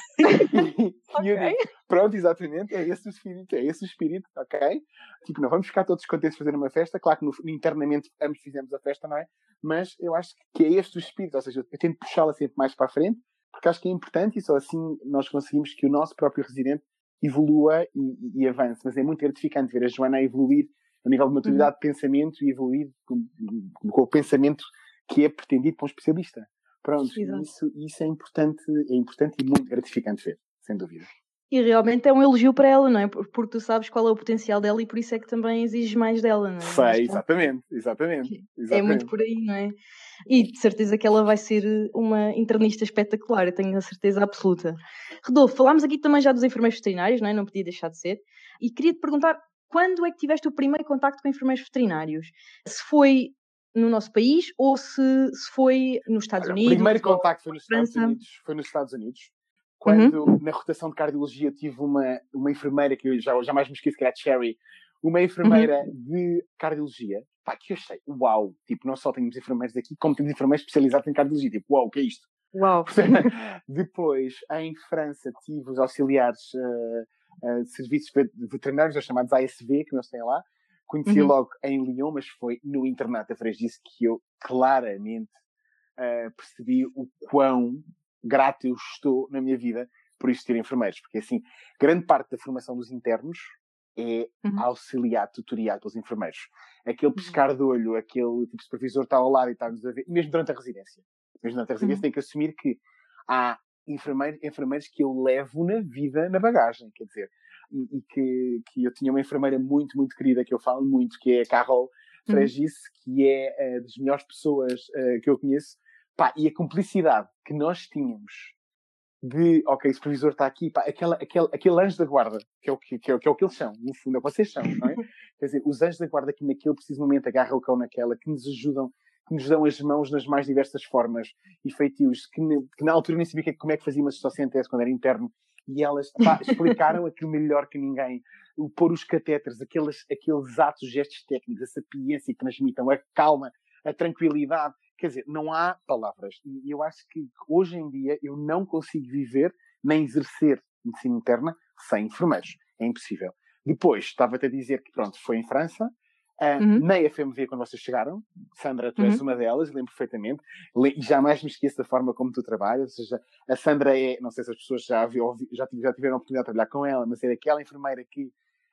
e, okay. e eu digo, pronto, exatamente, é esse o espírito, é esse o espírito, ok? Tipo, não vamos ficar todos contentes de fazer uma festa, claro que no, internamente ambos fizemos a festa, não é? Mas eu acho que é este o espírito, ou seja, eu tento puxá-la sempre mais para a frente, porque acho que é importante e só assim nós conseguimos que o nosso próprio residente evolua e, e, e avance. Mas é muito gratificante ver a Joana a evoluir a nível de maturidade uhum. de pensamento e evoluir com, com o pensamento que é pretendido para um especialista. Pronto, isso, isso é importante, é importante e muito gratificante ver, sem dúvida. E realmente é um elogio para ela, não é? Porque tu sabes qual é o potencial dela e por isso é que também exiges mais dela, não é? Sei, exatamente, exatamente, exatamente. É muito por aí, não é? E de certeza que ela vai ser uma internista espetacular, eu tenho a certeza absoluta. Rodolfo, falámos aqui também já dos enfermeiros veterinários, não é? Não podia deixar de ser. E queria-te perguntar, quando é que tiveste o primeiro contacto com enfermeiros veterinários? Se foi no nosso país ou se, se foi nos Estados Olha, Unidos? O primeiro contacto foi nos Estados Unidos, foi nos Estados Unidos. Quando, uhum. na rotação de cardiologia, tive uma, uma enfermeira, que eu já, jamais me esqueço, que era a Cherry, uma enfermeira uhum. de cardiologia, pá, que eu achei, uau, tipo, não só temos enfermeiros aqui, como temos enfermeiros especializados em cardiologia, tipo, uau, o que é isto? Uau! Depois, em França, tive os auxiliares uh, uh, de serviços veterinários, os chamados A S V, que nós têm lá. Conheci uhum. logo em Lyon, mas foi no internato da Fregice que eu claramente uh, percebi o quão grato eu estou na minha vida por existir enfermeiros. Porque, assim, grande parte da formação dos internos é uhum. auxiliar, tutoriado pelos enfermeiros. Aquele pescar de olho, aquele tipo de supervisor está ao lado e está-nos a ver, mesmo durante a residência. Mesmo durante a residência uhum. tem que assumir que há enfermeiros, enfermeiros que eu levo na vida, na bagagem, quer dizer, e, e que, que eu tinha uma enfermeira muito, muito querida, que eu falo muito, que é a Carol Fregice, uhum. que é uh, das melhores pessoas uh, que eu conheço, Pá, e a cumplicidade que nós tínhamos de, ok, o supervisor está aqui, pá, aquela, aquele, aquele anjo da guarda, que é, o que, que, é, que é o que eles são, no fundo, é o que vocês são, não é? Quer dizer, os anjos da guarda que naquele preciso momento agarram o cão naquela, que nos ajudam, que nos dão as mãos nas mais diversas formas e feitios, que, ne, que na altura nem sabia que, como é que fazia uma sustocientese quando era interno, e elas, pá, explicaram aquilo melhor que ninguém, o pôr os catéteres, aqueles, aqueles atos, gestos técnicos, a sapiência que transmitam, a calma, a tranquilidade. Quer dizer, não há palavras. E eu acho que hoje em dia eu não consigo viver nem exercer medicina interna sem enfermeiros. É impossível. Depois, estava-te a dizer que, pronto, foi em França. Uh, uhum. Na F M V, quando vocês chegaram, Sandra, tu és uhum. uma delas, lembro perfeitamente. E jamais me esqueço da forma como tu trabalhas. Ou seja, a Sandra é, não sei se as pessoas já, já, já tiveram a oportunidade de trabalhar com ela, mas é aquela enfermeira que,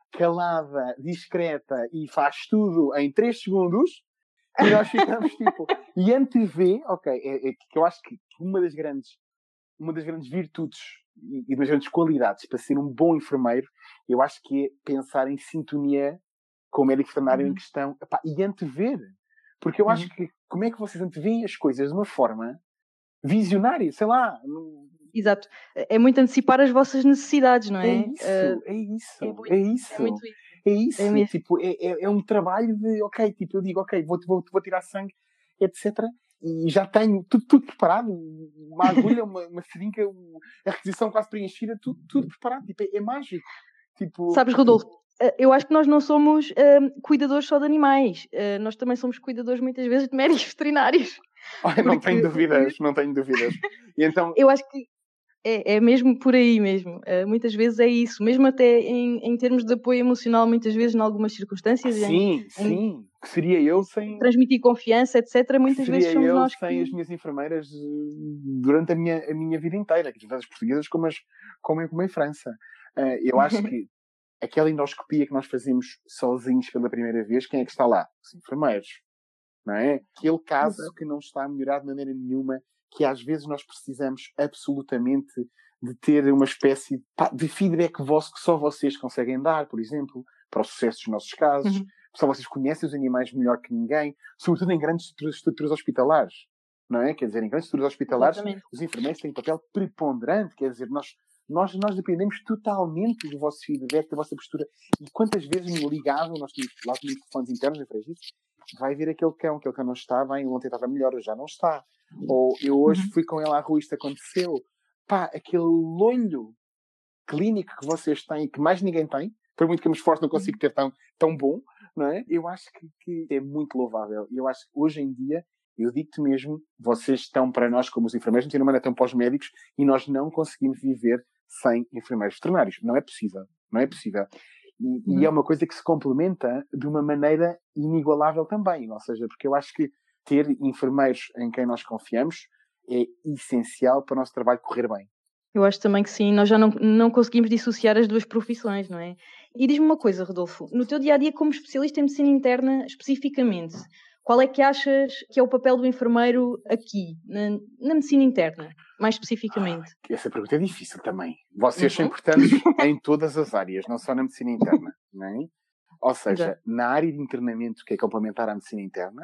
calada, discreta e faz tudo em três segundos. E nós ficamos tipo... E antevê, ok, é, é que eu acho que uma das grandes, uma das grandes virtudes e, e das grandes qualidades para ser um bom enfermeiro, eu acho que é pensar em sintonia com o médico veterinário uhum. em questão. Epá, e antever. Porque eu uhum. acho que como é que vocês anteveem as coisas de uma forma visionária, sei lá... No... Exato. É muito antecipar as vossas necessidades, não é? É isso, uh, é isso, é, muito, é isso. É muito isso. É isso, é, tipo, é, é, é um trabalho de, ok, tipo, eu digo, ok, vou, vou, vou tirar sangue, etcétera. E já tenho tudo, tudo preparado, uma agulha, uma, uma seringa, a requisição quase preenchida, tudo, tudo preparado, tipo, é, é mágico. Tipo... Sabes, Rodolfo, eu acho que nós não somos uh, cuidadores só de animais, uh, nós também somos cuidadores muitas vezes de médicos veterinários. Ai, porque... Não tenho dúvidas, não tenho dúvidas. E então... Eu acho que É, é mesmo por aí mesmo. Uh, muitas vezes é isso. Mesmo até em, em termos de apoio emocional, muitas vezes, em algumas circunstâncias. Sim, em, sim. Em que seria eu sem... transmitir confiança, etcétera. Muitas seria vezes somos eu nós sem que... as minhas enfermeiras durante a minha, a minha vida inteira. Tanto as portuguesas como, as, como, em, como em França. Uh, eu acho que aquela endoscopia que nós fazemos sozinhos pela primeira vez, quem é que está lá? Os enfermeiros. Não é? Aquele caso que não está a melhorar de maneira nenhuma, que às vezes nós precisamos absolutamente de ter uma espécie pá, de feedback vosso que só vocês conseguem dar, por exemplo, para o sucesso dos nossos casos. Uhum. Só vocês conhecem os animais melhor que ninguém, sobretudo em grandes estruturas hospitalares. Não é? Quer dizer, em grandes estruturas hospitalares, exatamente, os enfermeiros têm um papel preponderante. Quer dizer, nós, nós, nós dependemos totalmente do vosso feedback, da vossa postura. E quantas vezes me ligavam, nós tínhamos lá tínhamos telefones internos, eu falei isso, vai ver aquele cão, aquele cão não está bem, ontem estava melhor, hoje já não está. Ou eu hoje uhum. fui com ele à rua, isto aconteceu. Pá, aquele olho clínico que vocês têm, que mais ninguém tem, por muito que eu me esforce não consigo ter tão, tão bom, não é? Eu acho que, que é muito louvável. Eu acho que hoje em dia, eu digo-te mesmo, vocês estão para nós, como os enfermeiros, não estão para os médicos, e nós não conseguimos viver sem enfermeiros veterinários. Não é possível. Não é possível. E, uhum. e é uma coisa que se complementa de uma maneira inigualável também. Ou seja, porque eu acho que ter enfermeiros em quem nós confiamos é essencial para o nosso trabalho correr bem. Eu acho também que sim, nós já não, não conseguimos dissociar as duas profissões, não é? E diz-me uma coisa, Rodolfo, no teu dia-a-dia como especialista em medicina interna, especificamente, qual é que achas que é o papel do enfermeiro aqui, na, na medicina interna, mais especificamente? Ah, essa pergunta é difícil também. Vocês uhum. são importantes em todas as áreas, não só na medicina interna, não é? Ou seja, Exato. Na área de internamento, que é complementar à medicina interna,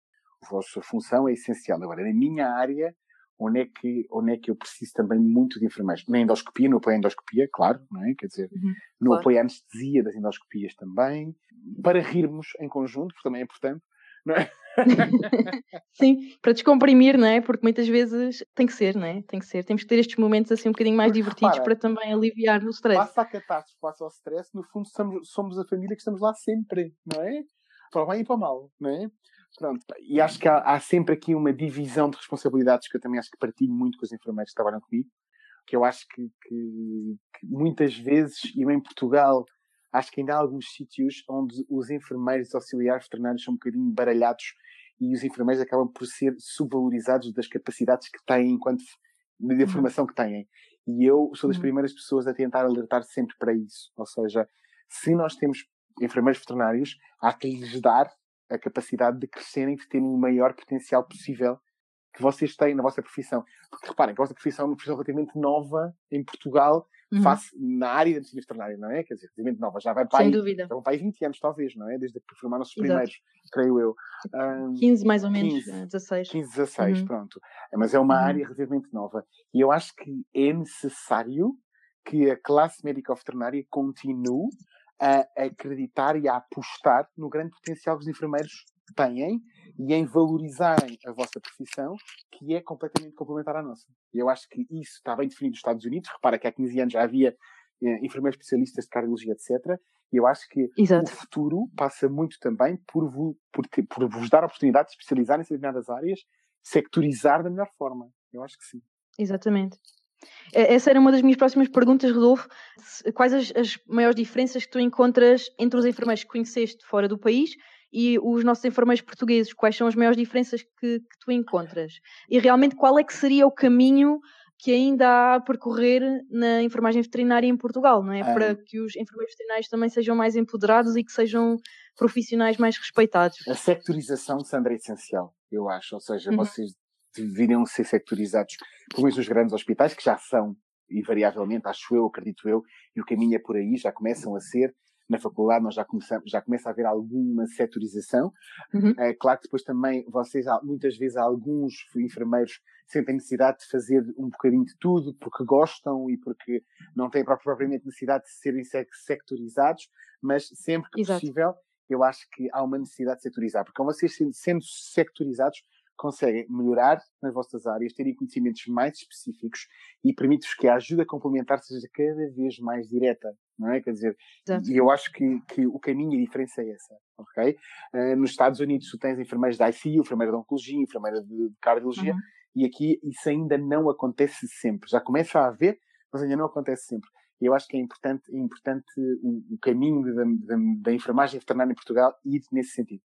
a vossa função é essencial. Agora, na minha área, onde é que, onde é que eu preciso também muito de enfermeiros? Na endoscopia, no apoio à endoscopia, claro, não é? Quer dizer, uhum, no claro. apoio à anestesia das endoscopias também, para rirmos em conjunto, porque também é importante, não é? Sim, para descomprimir, não é? Porque muitas vezes tem que ser, não é? Tem que ser. Temos que ter estes momentos assim um bocadinho mais porque, divertidos repara, para também aliviar o stress. Passa a catástrofe, passa ao stress, no fundo somos, somos a família que estamos lá sempre, não é? Para o bem e para o mal, não é? Pronto, e acho que há, há sempre aqui uma divisão de responsabilidades que eu também acho que partilho muito com os enfermeiros que trabalham comigo, que eu acho que, que, que muitas vezes, e eu em Portugal, acho que ainda há alguns sítios onde os enfermeiros e auxiliares veterinários são um bocadinho baralhados e os enfermeiros acabam por ser subvalorizados das capacidades que têm enquanto da formação que têm. E eu sou das primeiras pessoas a tentar alertar sempre para isso. Ou seja, se nós temos enfermeiros veterinários, há que lhes dar a capacidade de crescerem, de terem o maior potencial possível que vocês têm na vossa profissão. Porque reparem que a vossa profissão é uma profissão relativamente nova em Portugal, uhum. face na área da medicina veterinária, não é? Quer dizer, relativamente nova. Já vai para Sem aí, dúvida. Já vão para aí vinte anos, talvez, não é? Desde que formaram-se os primeiros, creio eu. Um, quinze mais ou menos, quinze, dezasseis. quinze, dezasseis, uhum. pronto. Mas é uma uhum. área relativamente nova. E eu acho que é necessário que a classe médico-veterinária continue a acreditar e a apostar no grande potencial que os enfermeiros têm e em valorizarem a vossa profissão, que é completamente complementar à nossa. E eu acho que isso está bem definido nos Estados Unidos. Repara que há quinze anos já havia eh, enfermeiros especialistas de cardiologia, etcétera. E eu acho que Exato. O futuro passa muito também por, vo, por, te, por vos dar a oportunidade de especializarem-se em determinadas áreas, sectorizar da melhor forma. Eu acho que sim. Exatamente. Essa era uma das minhas próximas perguntas, Rodolfo. Quais as, as maiores diferenças que tu encontras entre os enfermeiros que conheceste fora do país e os nossos enfermeiros portugueses? Quais são as maiores diferenças que, que tu encontras? E realmente qual é que seria o caminho que ainda há a percorrer na enfermagem veterinária em Portugal, não é? Ah. Para que os enfermeiros veterinários também sejam mais empoderados e que sejam profissionais mais respeitados. A sectorização, Sandra, é essencial, eu acho. Ou seja, uhum. vocês deveriam ser sectorizados, pelo menos nos grandes hospitais, que já são, invariavelmente, acho eu, acredito eu, e o caminho é por aí, já começam a ser. Na faculdade nós já começamos, já começa a haver alguma setorização. Uhum. É claro que depois também vocês, muitas vezes, alguns enfermeiros sentem necessidade de fazer um bocadinho de tudo, porque gostam e porque não têm propriamente necessidade de serem sectorizados, mas sempre que Exato. Possível, eu acho que há uma necessidade de sectorizar, porque vocês, sendo sectorizados, conseguem melhorar nas vossas áreas, terem conhecimentos mais específicos e permite-vos que a ajuda complementar seja cada vez mais direta, não é? Quer dizer, Exato. E eu acho que, que o caminho e a diferença é essa, ok? Uh, nos Estados Unidos tu tens enfermeiros da I C U, enfermeira de oncologia, enfermeira de cardiologia, uhum. e aqui isso ainda não acontece sempre. Já começa a haver, mas ainda não acontece sempre. E eu acho que é importante, é importante o, o caminho da, da, da enfermagem veterinária em Portugal ir nesse sentido.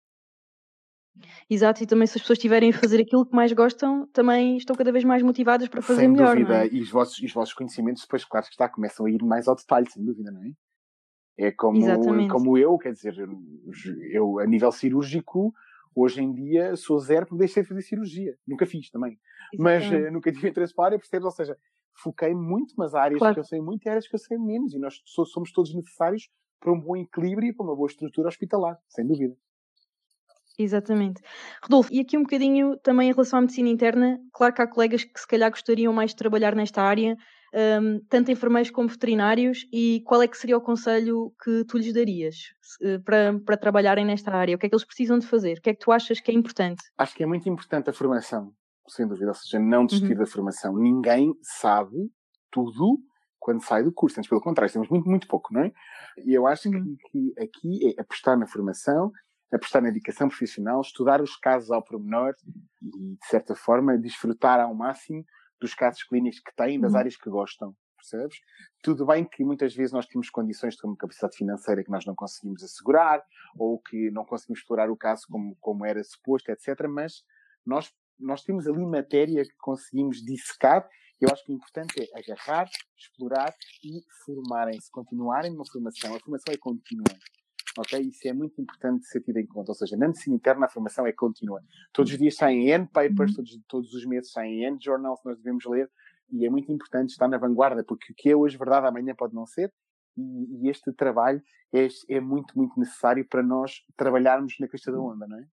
Exato, e também se as pessoas estiverem a fazer aquilo que mais gostam, também estão cada vez mais motivadas para fazer sem melhor, dúvida. Não é? E os vossos, os vossos conhecimentos depois, claro que está, começam a ir mais ao detalhe, sem dúvida, não é? É como, como eu, quer dizer, eu a nível cirúrgico, hoje em dia sou zero porque deixei de fazer cirurgia. Nunca fiz também. Exatamente. Mas uh, nunca tive interesse para a área, percebes? Ou seja, foquei muito nas áreas claro. Que eu sei muito e áreas que eu sei menos. E nós somos todos necessários para um bom equilíbrio e para uma boa estrutura hospitalar, sem dúvida. Exatamente. Rodolfo, e aqui um bocadinho também em relação à medicina interna, claro que há colegas que se calhar gostariam mais de trabalhar nesta área, um, tanto enfermeiros como veterinários, e qual é que seria o conselho que tu lhes darias uh, para, para trabalharem nesta área? O que é que eles precisam de fazer? O que é que tu achas que é importante? Acho que é muito importante a formação, sem dúvida, ou seja, não desistir uhum. da formação. Ninguém sabe tudo quando sai do curso, antes pelo contrário, temos muito, muito pouco, não é? E eu acho uhum. que, que aqui é apostar na formação, apostar na dedicação profissional, estudar os casos ao pormenor e, de certa forma, desfrutar ao máximo dos casos clínicos que têm, das uhum. áreas que gostam, percebes? Tudo bem que muitas vezes nós temos condições de uma capacidade financeira que nós não conseguimos assegurar ou que não conseguimos explorar o caso como, como era suposto, etcétera. Mas nós, nós temos ali matéria que conseguimos dissecar. Eu acho que o importante é agarrar, explorar e formarem-se, continuarem numa formação. A formação é contínua. Ok? Isso é muito importante de ser tido em conta. Ou seja, na medicina interna a formação é contínua. Todos os dias saem N papers, todos, todos os meses saem N journals que nós devemos ler e é muito importante estar na vanguarda, porque o que é hoje verdade amanhã pode não ser e, e este trabalho é, é muito, muito necessário para nós trabalharmos na crista da onda, não é?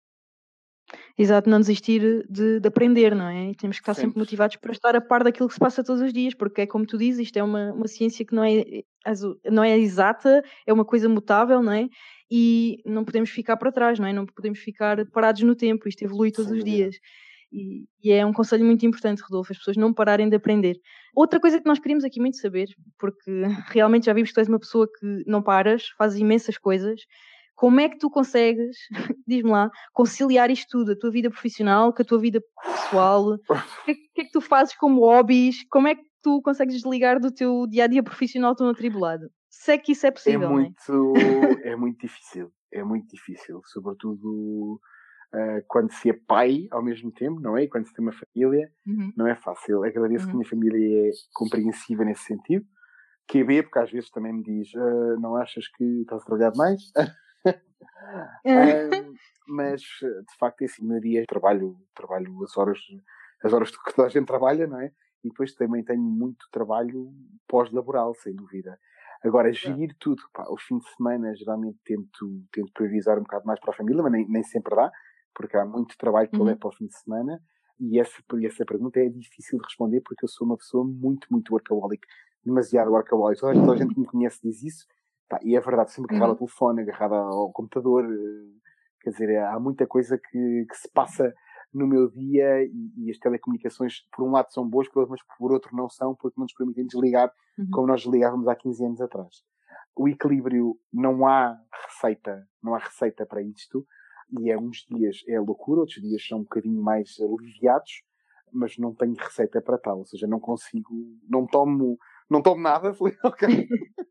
Exato, não desistir de, de aprender, não é? E temos que estar sempre. sempre motivados para estar a par daquilo que se passa todos os dias, porque é como tu dizes, isto é uma, uma ciência que não é, não é exata, é uma coisa mutável, não é? E não podemos ficar para trás, não é? Não podemos ficar parados no tempo, isto evolui todos Sem os dúvida. dias. E, e é um conselho muito importante, Rodolfo, as pessoas não pararem de aprender. Outra coisa que nós queríamos aqui muito saber, porque realmente já vimos que tu és uma pessoa que não paras, fazes imensas coisas. Como é que tu consegues, diz-me lá, conciliar isto tudo, a tua vida profissional com a tua vida pessoal? O que, que é que tu fazes como hobbies? Como é que tu consegues desligar do teu dia-a-dia profissional tão atribulado? Se é que isso é possível, é muito, não é? É muito difícil, é muito difícil, sobretudo uh, quando se é pai ao mesmo tempo, não é? E quando se tem uma família, uhum. não é fácil. Agradeço uhum. que a minha família é compreensiva nesse sentido. Q B, porque às vezes também me diz, uh, não achas que estás a trabalhar mais? um, mas, de facto, é assim, no dia trabalho, trabalho as horas, as horas que toda a gente trabalha, não é? E depois também tenho muito trabalho pós-laboral, sem dúvida. Agora, gerir tudo, pá, os fins de semana, geralmente tento, tento priorizar um bocado mais para a família, mas nem, nem sempre dá, porque há muito trabalho que eu levo para o fim de semana. E essa, essa pergunta é difícil de responder, porque eu sou uma pessoa muito, muito workaholic. Demasiado workaholic. Toda, toda a gente que me conhece diz isso. Pá, e é verdade, sempre agarrada ao telefone, agarrada ao computador. Quer dizer, há muita coisa que, que se passa no meu dia e, e as telecomunicações, por um lado, são boas, por outro, mas por outro não são, porque não nos permitem desligar uhum. como nós desligávamos há quinze anos atrás. O equilíbrio, não há receita, não há receita para isto, e é uns dias é loucura, outros dias são um bocadinho mais aliviados, mas não tenho receita para tal, ou seja, não consigo, não tomo, não tomo nada, falei, ok.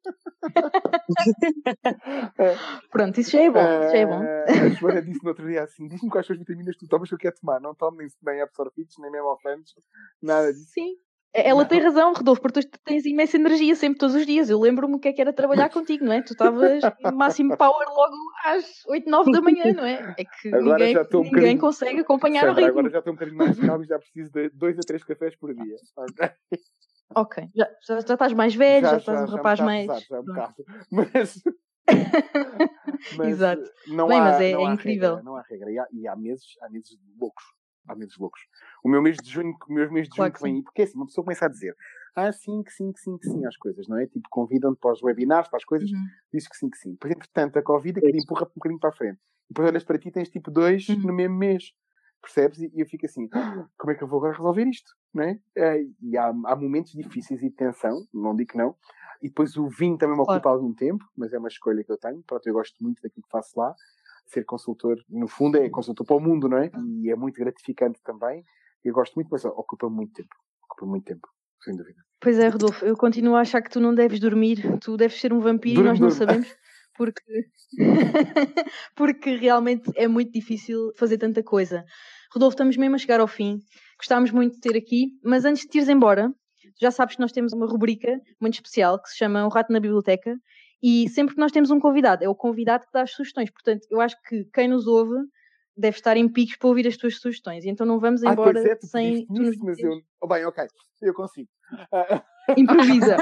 Pronto, isso já é bom, uh, isso já é bom. A Joana disse no outro dia assim, diz-me quais são as vitaminas que tu tomas que eu quero tomar, não tomo nem, nem absorvidos, nem memofenos, nada disso. Sim. Ela não. Tem razão, Rodolfo, porque tu tens imensa energia sempre, todos os dias. Eu lembro-me o que é que era trabalhar contigo, não é? Tu estavas em máximo power logo às oito, nove da manhã, não é? É que agora ninguém, já um ninguém consegue acompanhar Sandra, o ritmo. Agora já estou um bocadinho mais calmo e já preciso de dois a três cafés por dia. Ok, já, já, já estás mais velho, já, já estás já, um já rapaz mais... Pesado, já é um bocado, mas... mas Exato. Não Bem, há, mas é, não é há incrível. Regra, não há regra. E há, e há meses, há meses loucos. Há meses loucos. O meu mês de junho, o meu mês de claro junho que vem aí, porque assim, uma pessoa começa a dizer ah, sim, que sim, que sim, que sim às coisas, não é? Tipo, convidam-te para os webinars, para as coisas, uhum. diz que sim, que sim. Depois, entretanto, a Covid é que te empurra um bocadinho para a frente. Depois olhas para ti e tens tipo dois uhum. no mesmo mês. Percebes? E eu fico assim, ah, como é que eu vou agora resolver isto? Não é? E há, há momentos difíceis e de tensão, não digo que não. E depois o vinho também me ocupa claro. algum tempo, mas é uma escolha que eu tenho. Pronto, eu gosto muito daquilo que faço lá. Ser consultor, no fundo, é consultor para o mundo, não é? E é muito gratificante também. Eu gosto muito, mas ocupa muito tempo. Ocupa muito tempo, sem dúvida. Pois é, Rodolfo, eu continuo a achar que tu não deves dormir. Tu deves ser um vampiro durmo, e nós não durmo. sabemos. Porque... porque realmente é muito difícil fazer tanta coisa. Rodolfo, estamos mesmo a chegar ao fim. Gostámos muito de ter aqui, mas antes de te ires embora, já sabes que nós temos uma rubrica muito especial que se chama O Rato na Biblioteca e sempre que nós temos um convidado, é o convidado que dá as sugestões. Portanto, eu acho que quem nos ouve deve estar em picos para ouvir as tuas sugestões. Então não vamos embora ah, pois é, tu sem... Tu nos... mas eu... oh, bem, ok, eu consigo. Improvisa.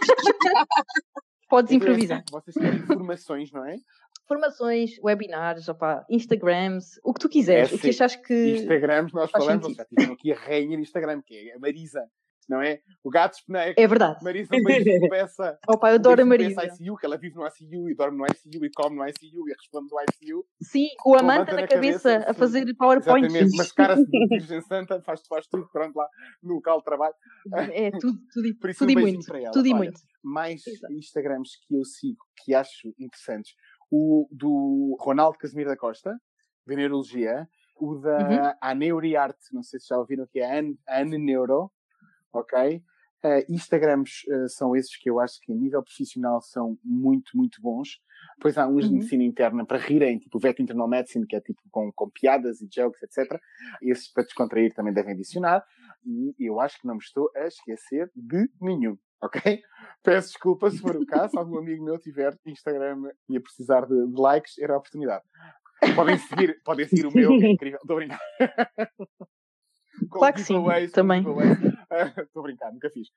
Podes então, improvisar. É assim, vocês têm informações, não é? Formações, webinars, opa, Instagrams, o que tu quiseres, é, o que achas que... Instagrams, nós falamos, nós já tivemos aqui a rainha do Instagram, que é a Marisa, não é? O gato espeneco. É verdade. Marisa, um beijo de peça. Opa, eu adoro a Marisa. I C U, que ela vive no I C U e dorme no I C U e come no I C U e responde no I C U. Sim, com a manta na, na cabeça, cabeça a fazer PowerPoints. Exatamente, mascara-se de Virgem Santa, faz, faz tudo, pronto, lá no local de trabalho. É tudo, tudo, Por isso, tudo um e muito. Para ela. Tudo e Olha, muito. Mais Exato. Instagrams que eu sigo, que acho interessantes. O do Ronaldo Casimiro da Costa, de Neurologia. O da uhum. Aneuriarte, não sei se já ouviram, que é a Ane Neuro. Ok? Uh, Instagrams uh, são esses que eu acho que a nível profissional são muito, muito bons. Depois há uns uhum. de medicina interna para rirem, tipo o Vet Internal Medicine, que é tipo com, com piadas e jokes, etcétera. Esses para descontrair também devem adicionar. E eu acho que não me estou a esquecer de nenhum. Ok? Peço desculpa se for o caso. Se algum amigo meu tiver Instagram e a precisar de, de likes, era a oportunidade. Podem seguir, podem seguir o meu, que é incrível. Estou a brincar. Claro que sim, também. Estou a brincar, nunca fiz.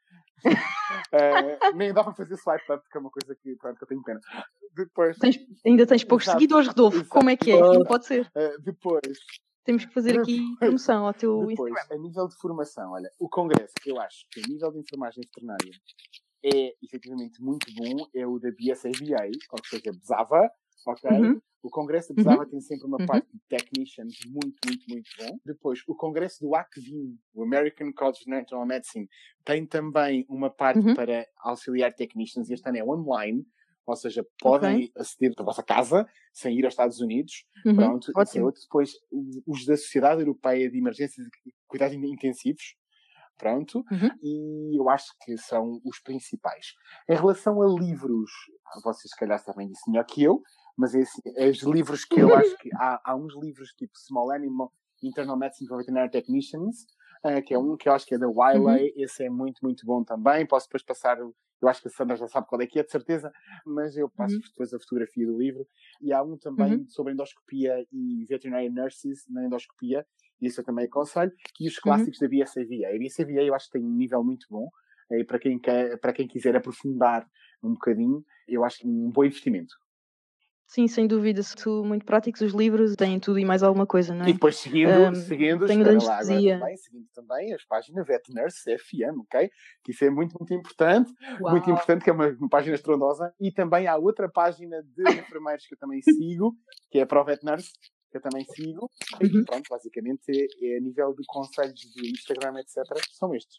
uh, nem dá para fazer swipe up, que é uma coisa que, pronto, que eu tenho pena. Depois... Tens, ainda tens poucos Exato. seguidores, Rodolfo. Exato. Como é que é? Uh, Não pode ser. Uh, depois... Temos que fazer depois, aqui promoção ao teu depois, Instagram. A nível de formação, olha, o congresso, que eu acho que a nível de enfermagem veterinária é efetivamente muito bom, é o da B S A V A, ou seja, B S A V A, ok? Uhum. O congresso da B S A V A uhum. tem sempre uma parte uhum. de technicians muito, muito, muito bom. Depois, o congresso do A C V I M, o American College of Internal Medicine, tem também uma parte uhum. para auxiliar technicians, e este ano é online, ou seja, podem okay. aceder da vossa casa sem ir aos Estados Unidos. Uhum. Pronto, esse é outro. Depois, os da Sociedade Europeia de Emergências e Cuidados Intensivos. Pronto, uhum. e eu acho que são os principais. Em relação a livros, vocês se calhar sabem disso melhor que eu, mas é assim, os livros que eu acho que há, há uns livros tipo Small Animal, Internal Medicine for Veterinary Technicians, uh, que é um que eu acho que é da Wiley, uhum. Esse é muito, muito bom também. Posso depois passar, eu acho que a Sandra já sabe qual é que é, de certeza, mas eu passo uhum. depois a fotografia do livro. E há um também uhum. sobre endoscopia e veterinary nurses na endoscopia, e isso eu também aconselho. E os clássicos uhum. da B S A V A. A B S A V A eu acho que tem um nível muito bom, e para quem, quer, para quem quiser aprofundar um bocadinho, eu acho que um bom investimento. Sim, sem dúvida, são muito práticos os livros, têm tudo e mais alguma coisa, não é? E depois seguindo, um, seguindo tenho espera lá agora também, seguindo também as páginas Vet Nurse F M, ok? Que isso é muito, muito importante, Uau. muito importante, que é uma, uma página estrondosa. E também há outra página de enfermeiros que eu também sigo, que é a Pro Vet Nurse, que eu também sigo. E uhum. pronto, basicamente é, é a nível de conselhos de Instagram, etcétera, são estes.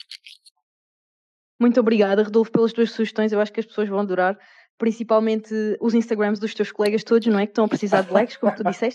Muito obrigada, Rodolfo, pelas tuas sugestões, eu acho que as pessoas vão adorar. Principalmente os Instagrams dos teus colegas todos, não é? Que estão a precisar de likes, como tu disseste.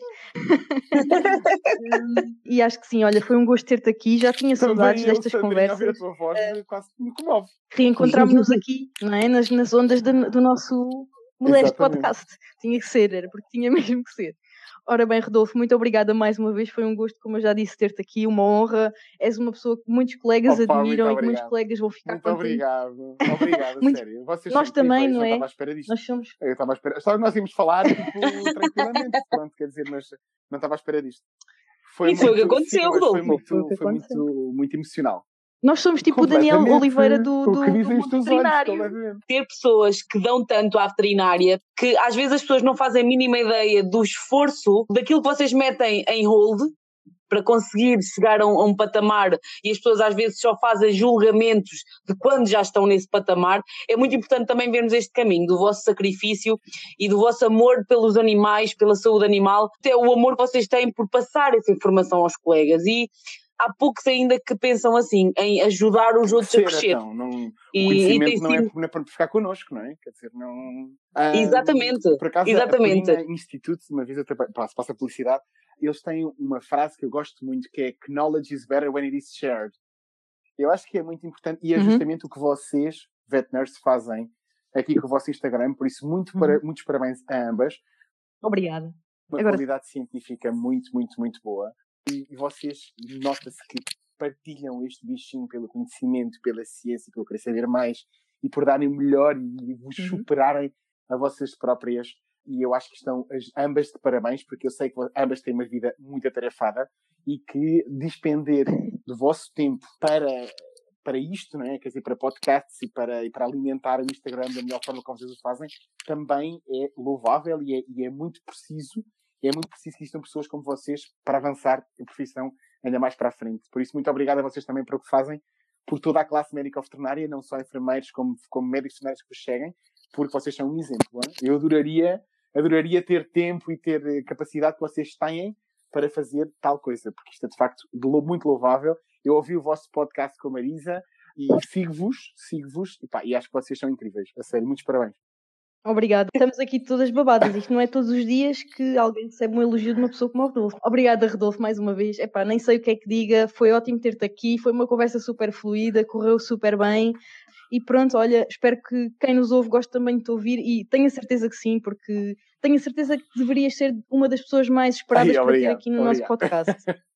um, e acho que sim, olha, foi um gosto ter-te aqui. Já tinha Também saudades eu, destas Sandrinha, conversas. A ver a tua voz uh, quase me comove. Reencontrámos-nos aqui, não é? Nas, nas ondas de, do nosso modesto podcast. Tinha que ser, era porque tinha mesmo que ser. Ora bem, Rodolfo, muito obrigada mais uma vez. Foi um gosto, como eu já disse, ter-te aqui. Uma honra. És uma pessoa que muitos colegas Opa, admiram e que muitos colegas vão ficar muito contigo. Obrigado. Obrigado, muito... sério. Vocês Nós também, não não é? estava à espera disto. Nós somos... Eu estava à espera. Só que nós íamos falar, tipo, tranquilamente. Pronto, quer dizer, mas não estava à espera disto. Foi e foi o que aconteceu, sim, Rodolfo. Foi, muito, foi, foi, foi muito, muito emocional. Nós somos tipo o Daniel Oliveira do, do, o que dizem do veterinário. Olhos, ter pessoas que dão tanto à veterinária que às vezes as pessoas não fazem a mínima ideia do esforço daquilo que vocês metem em hold para conseguir chegar a um, a um patamar, e as pessoas às vezes só fazem julgamentos de quando já estão nesse patamar. É muito importante também vermos este caminho do vosso sacrifício e do vosso amor pelos animais, pela saúde animal, até o amor que vocês têm por passar essa informação aos colegas. E há poucos ainda que pensam assim, em ajudar os outros Ser, a crescer. Então, não, e, o conhecimento e não, sido... é, é para ficar connosco, não é? Quer dizer, não... Exatamente. Um, por acaso, Exatamente. a Purina Institute, uma vez até passo, passo a publicidade, eles têm uma frase que eu gosto muito, que é "Knowledge is better when it is shared". Eu acho que é muito importante, e é justamente uhum. o que vocês, Vet Nurse, fazem aqui com o vosso Instagram, por isso muito uhum. para, muitos parabéns a ambas. Obrigada. Uma Agora... qualidade científica muito, muito, muito boa. E vocês, nota-se que partilham este bichinho pelo conhecimento, pela ciência, pelo querer saber mais, e por darem o melhor e vos uhum. superarem a vocês próprias. E eu acho que estão as, ambas de parabéns, porque eu sei que ambas têm uma vida muito atarefada e que despender do vosso tempo para, para isto, não é? Quer dizer, para podcasts e para, e para alimentar o Instagram da melhor forma como vocês o fazem, também é louvável e é, e é muito preciso. E é muito preciso que existam pessoas como vocês para avançar a profissão ainda mais para a frente. Por isso, muito obrigado a vocês também por o que fazem, por toda a classe médico-veterinária, não só enfermeiros como, como médicos veterinários que vos cheguem, porque vocês são um exemplo. Não é? Eu adoraria, adoraria ter tempo e ter capacidade que vocês têm para fazer tal coisa, porque isto é de facto muito louvável. Eu ouvi o vosso podcast com a Marisa e sigo-vos, sigo-vos, e, pá, e acho que vocês são incríveis. A sério, muitos parabéns. Obrigada. Estamos aqui todas babadas. Isto não é todos os dias que alguém recebe um elogio de uma pessoa como o Rodolfo. Obrigada, Rodolfo, mais uma vez. Epá, nem sei o que é que diga. Foi ótimo ter-te aqui. Foi uma conversa super fluida, correu super bem. E pronto, olha, espero que quem nos ouve goste também de te ouvir e tenho a certeza que sim, porque tenho a certeza que deverias ser uma das pessoas mais esperadas Ai, para ter aqui no obrigado. nosso podcast.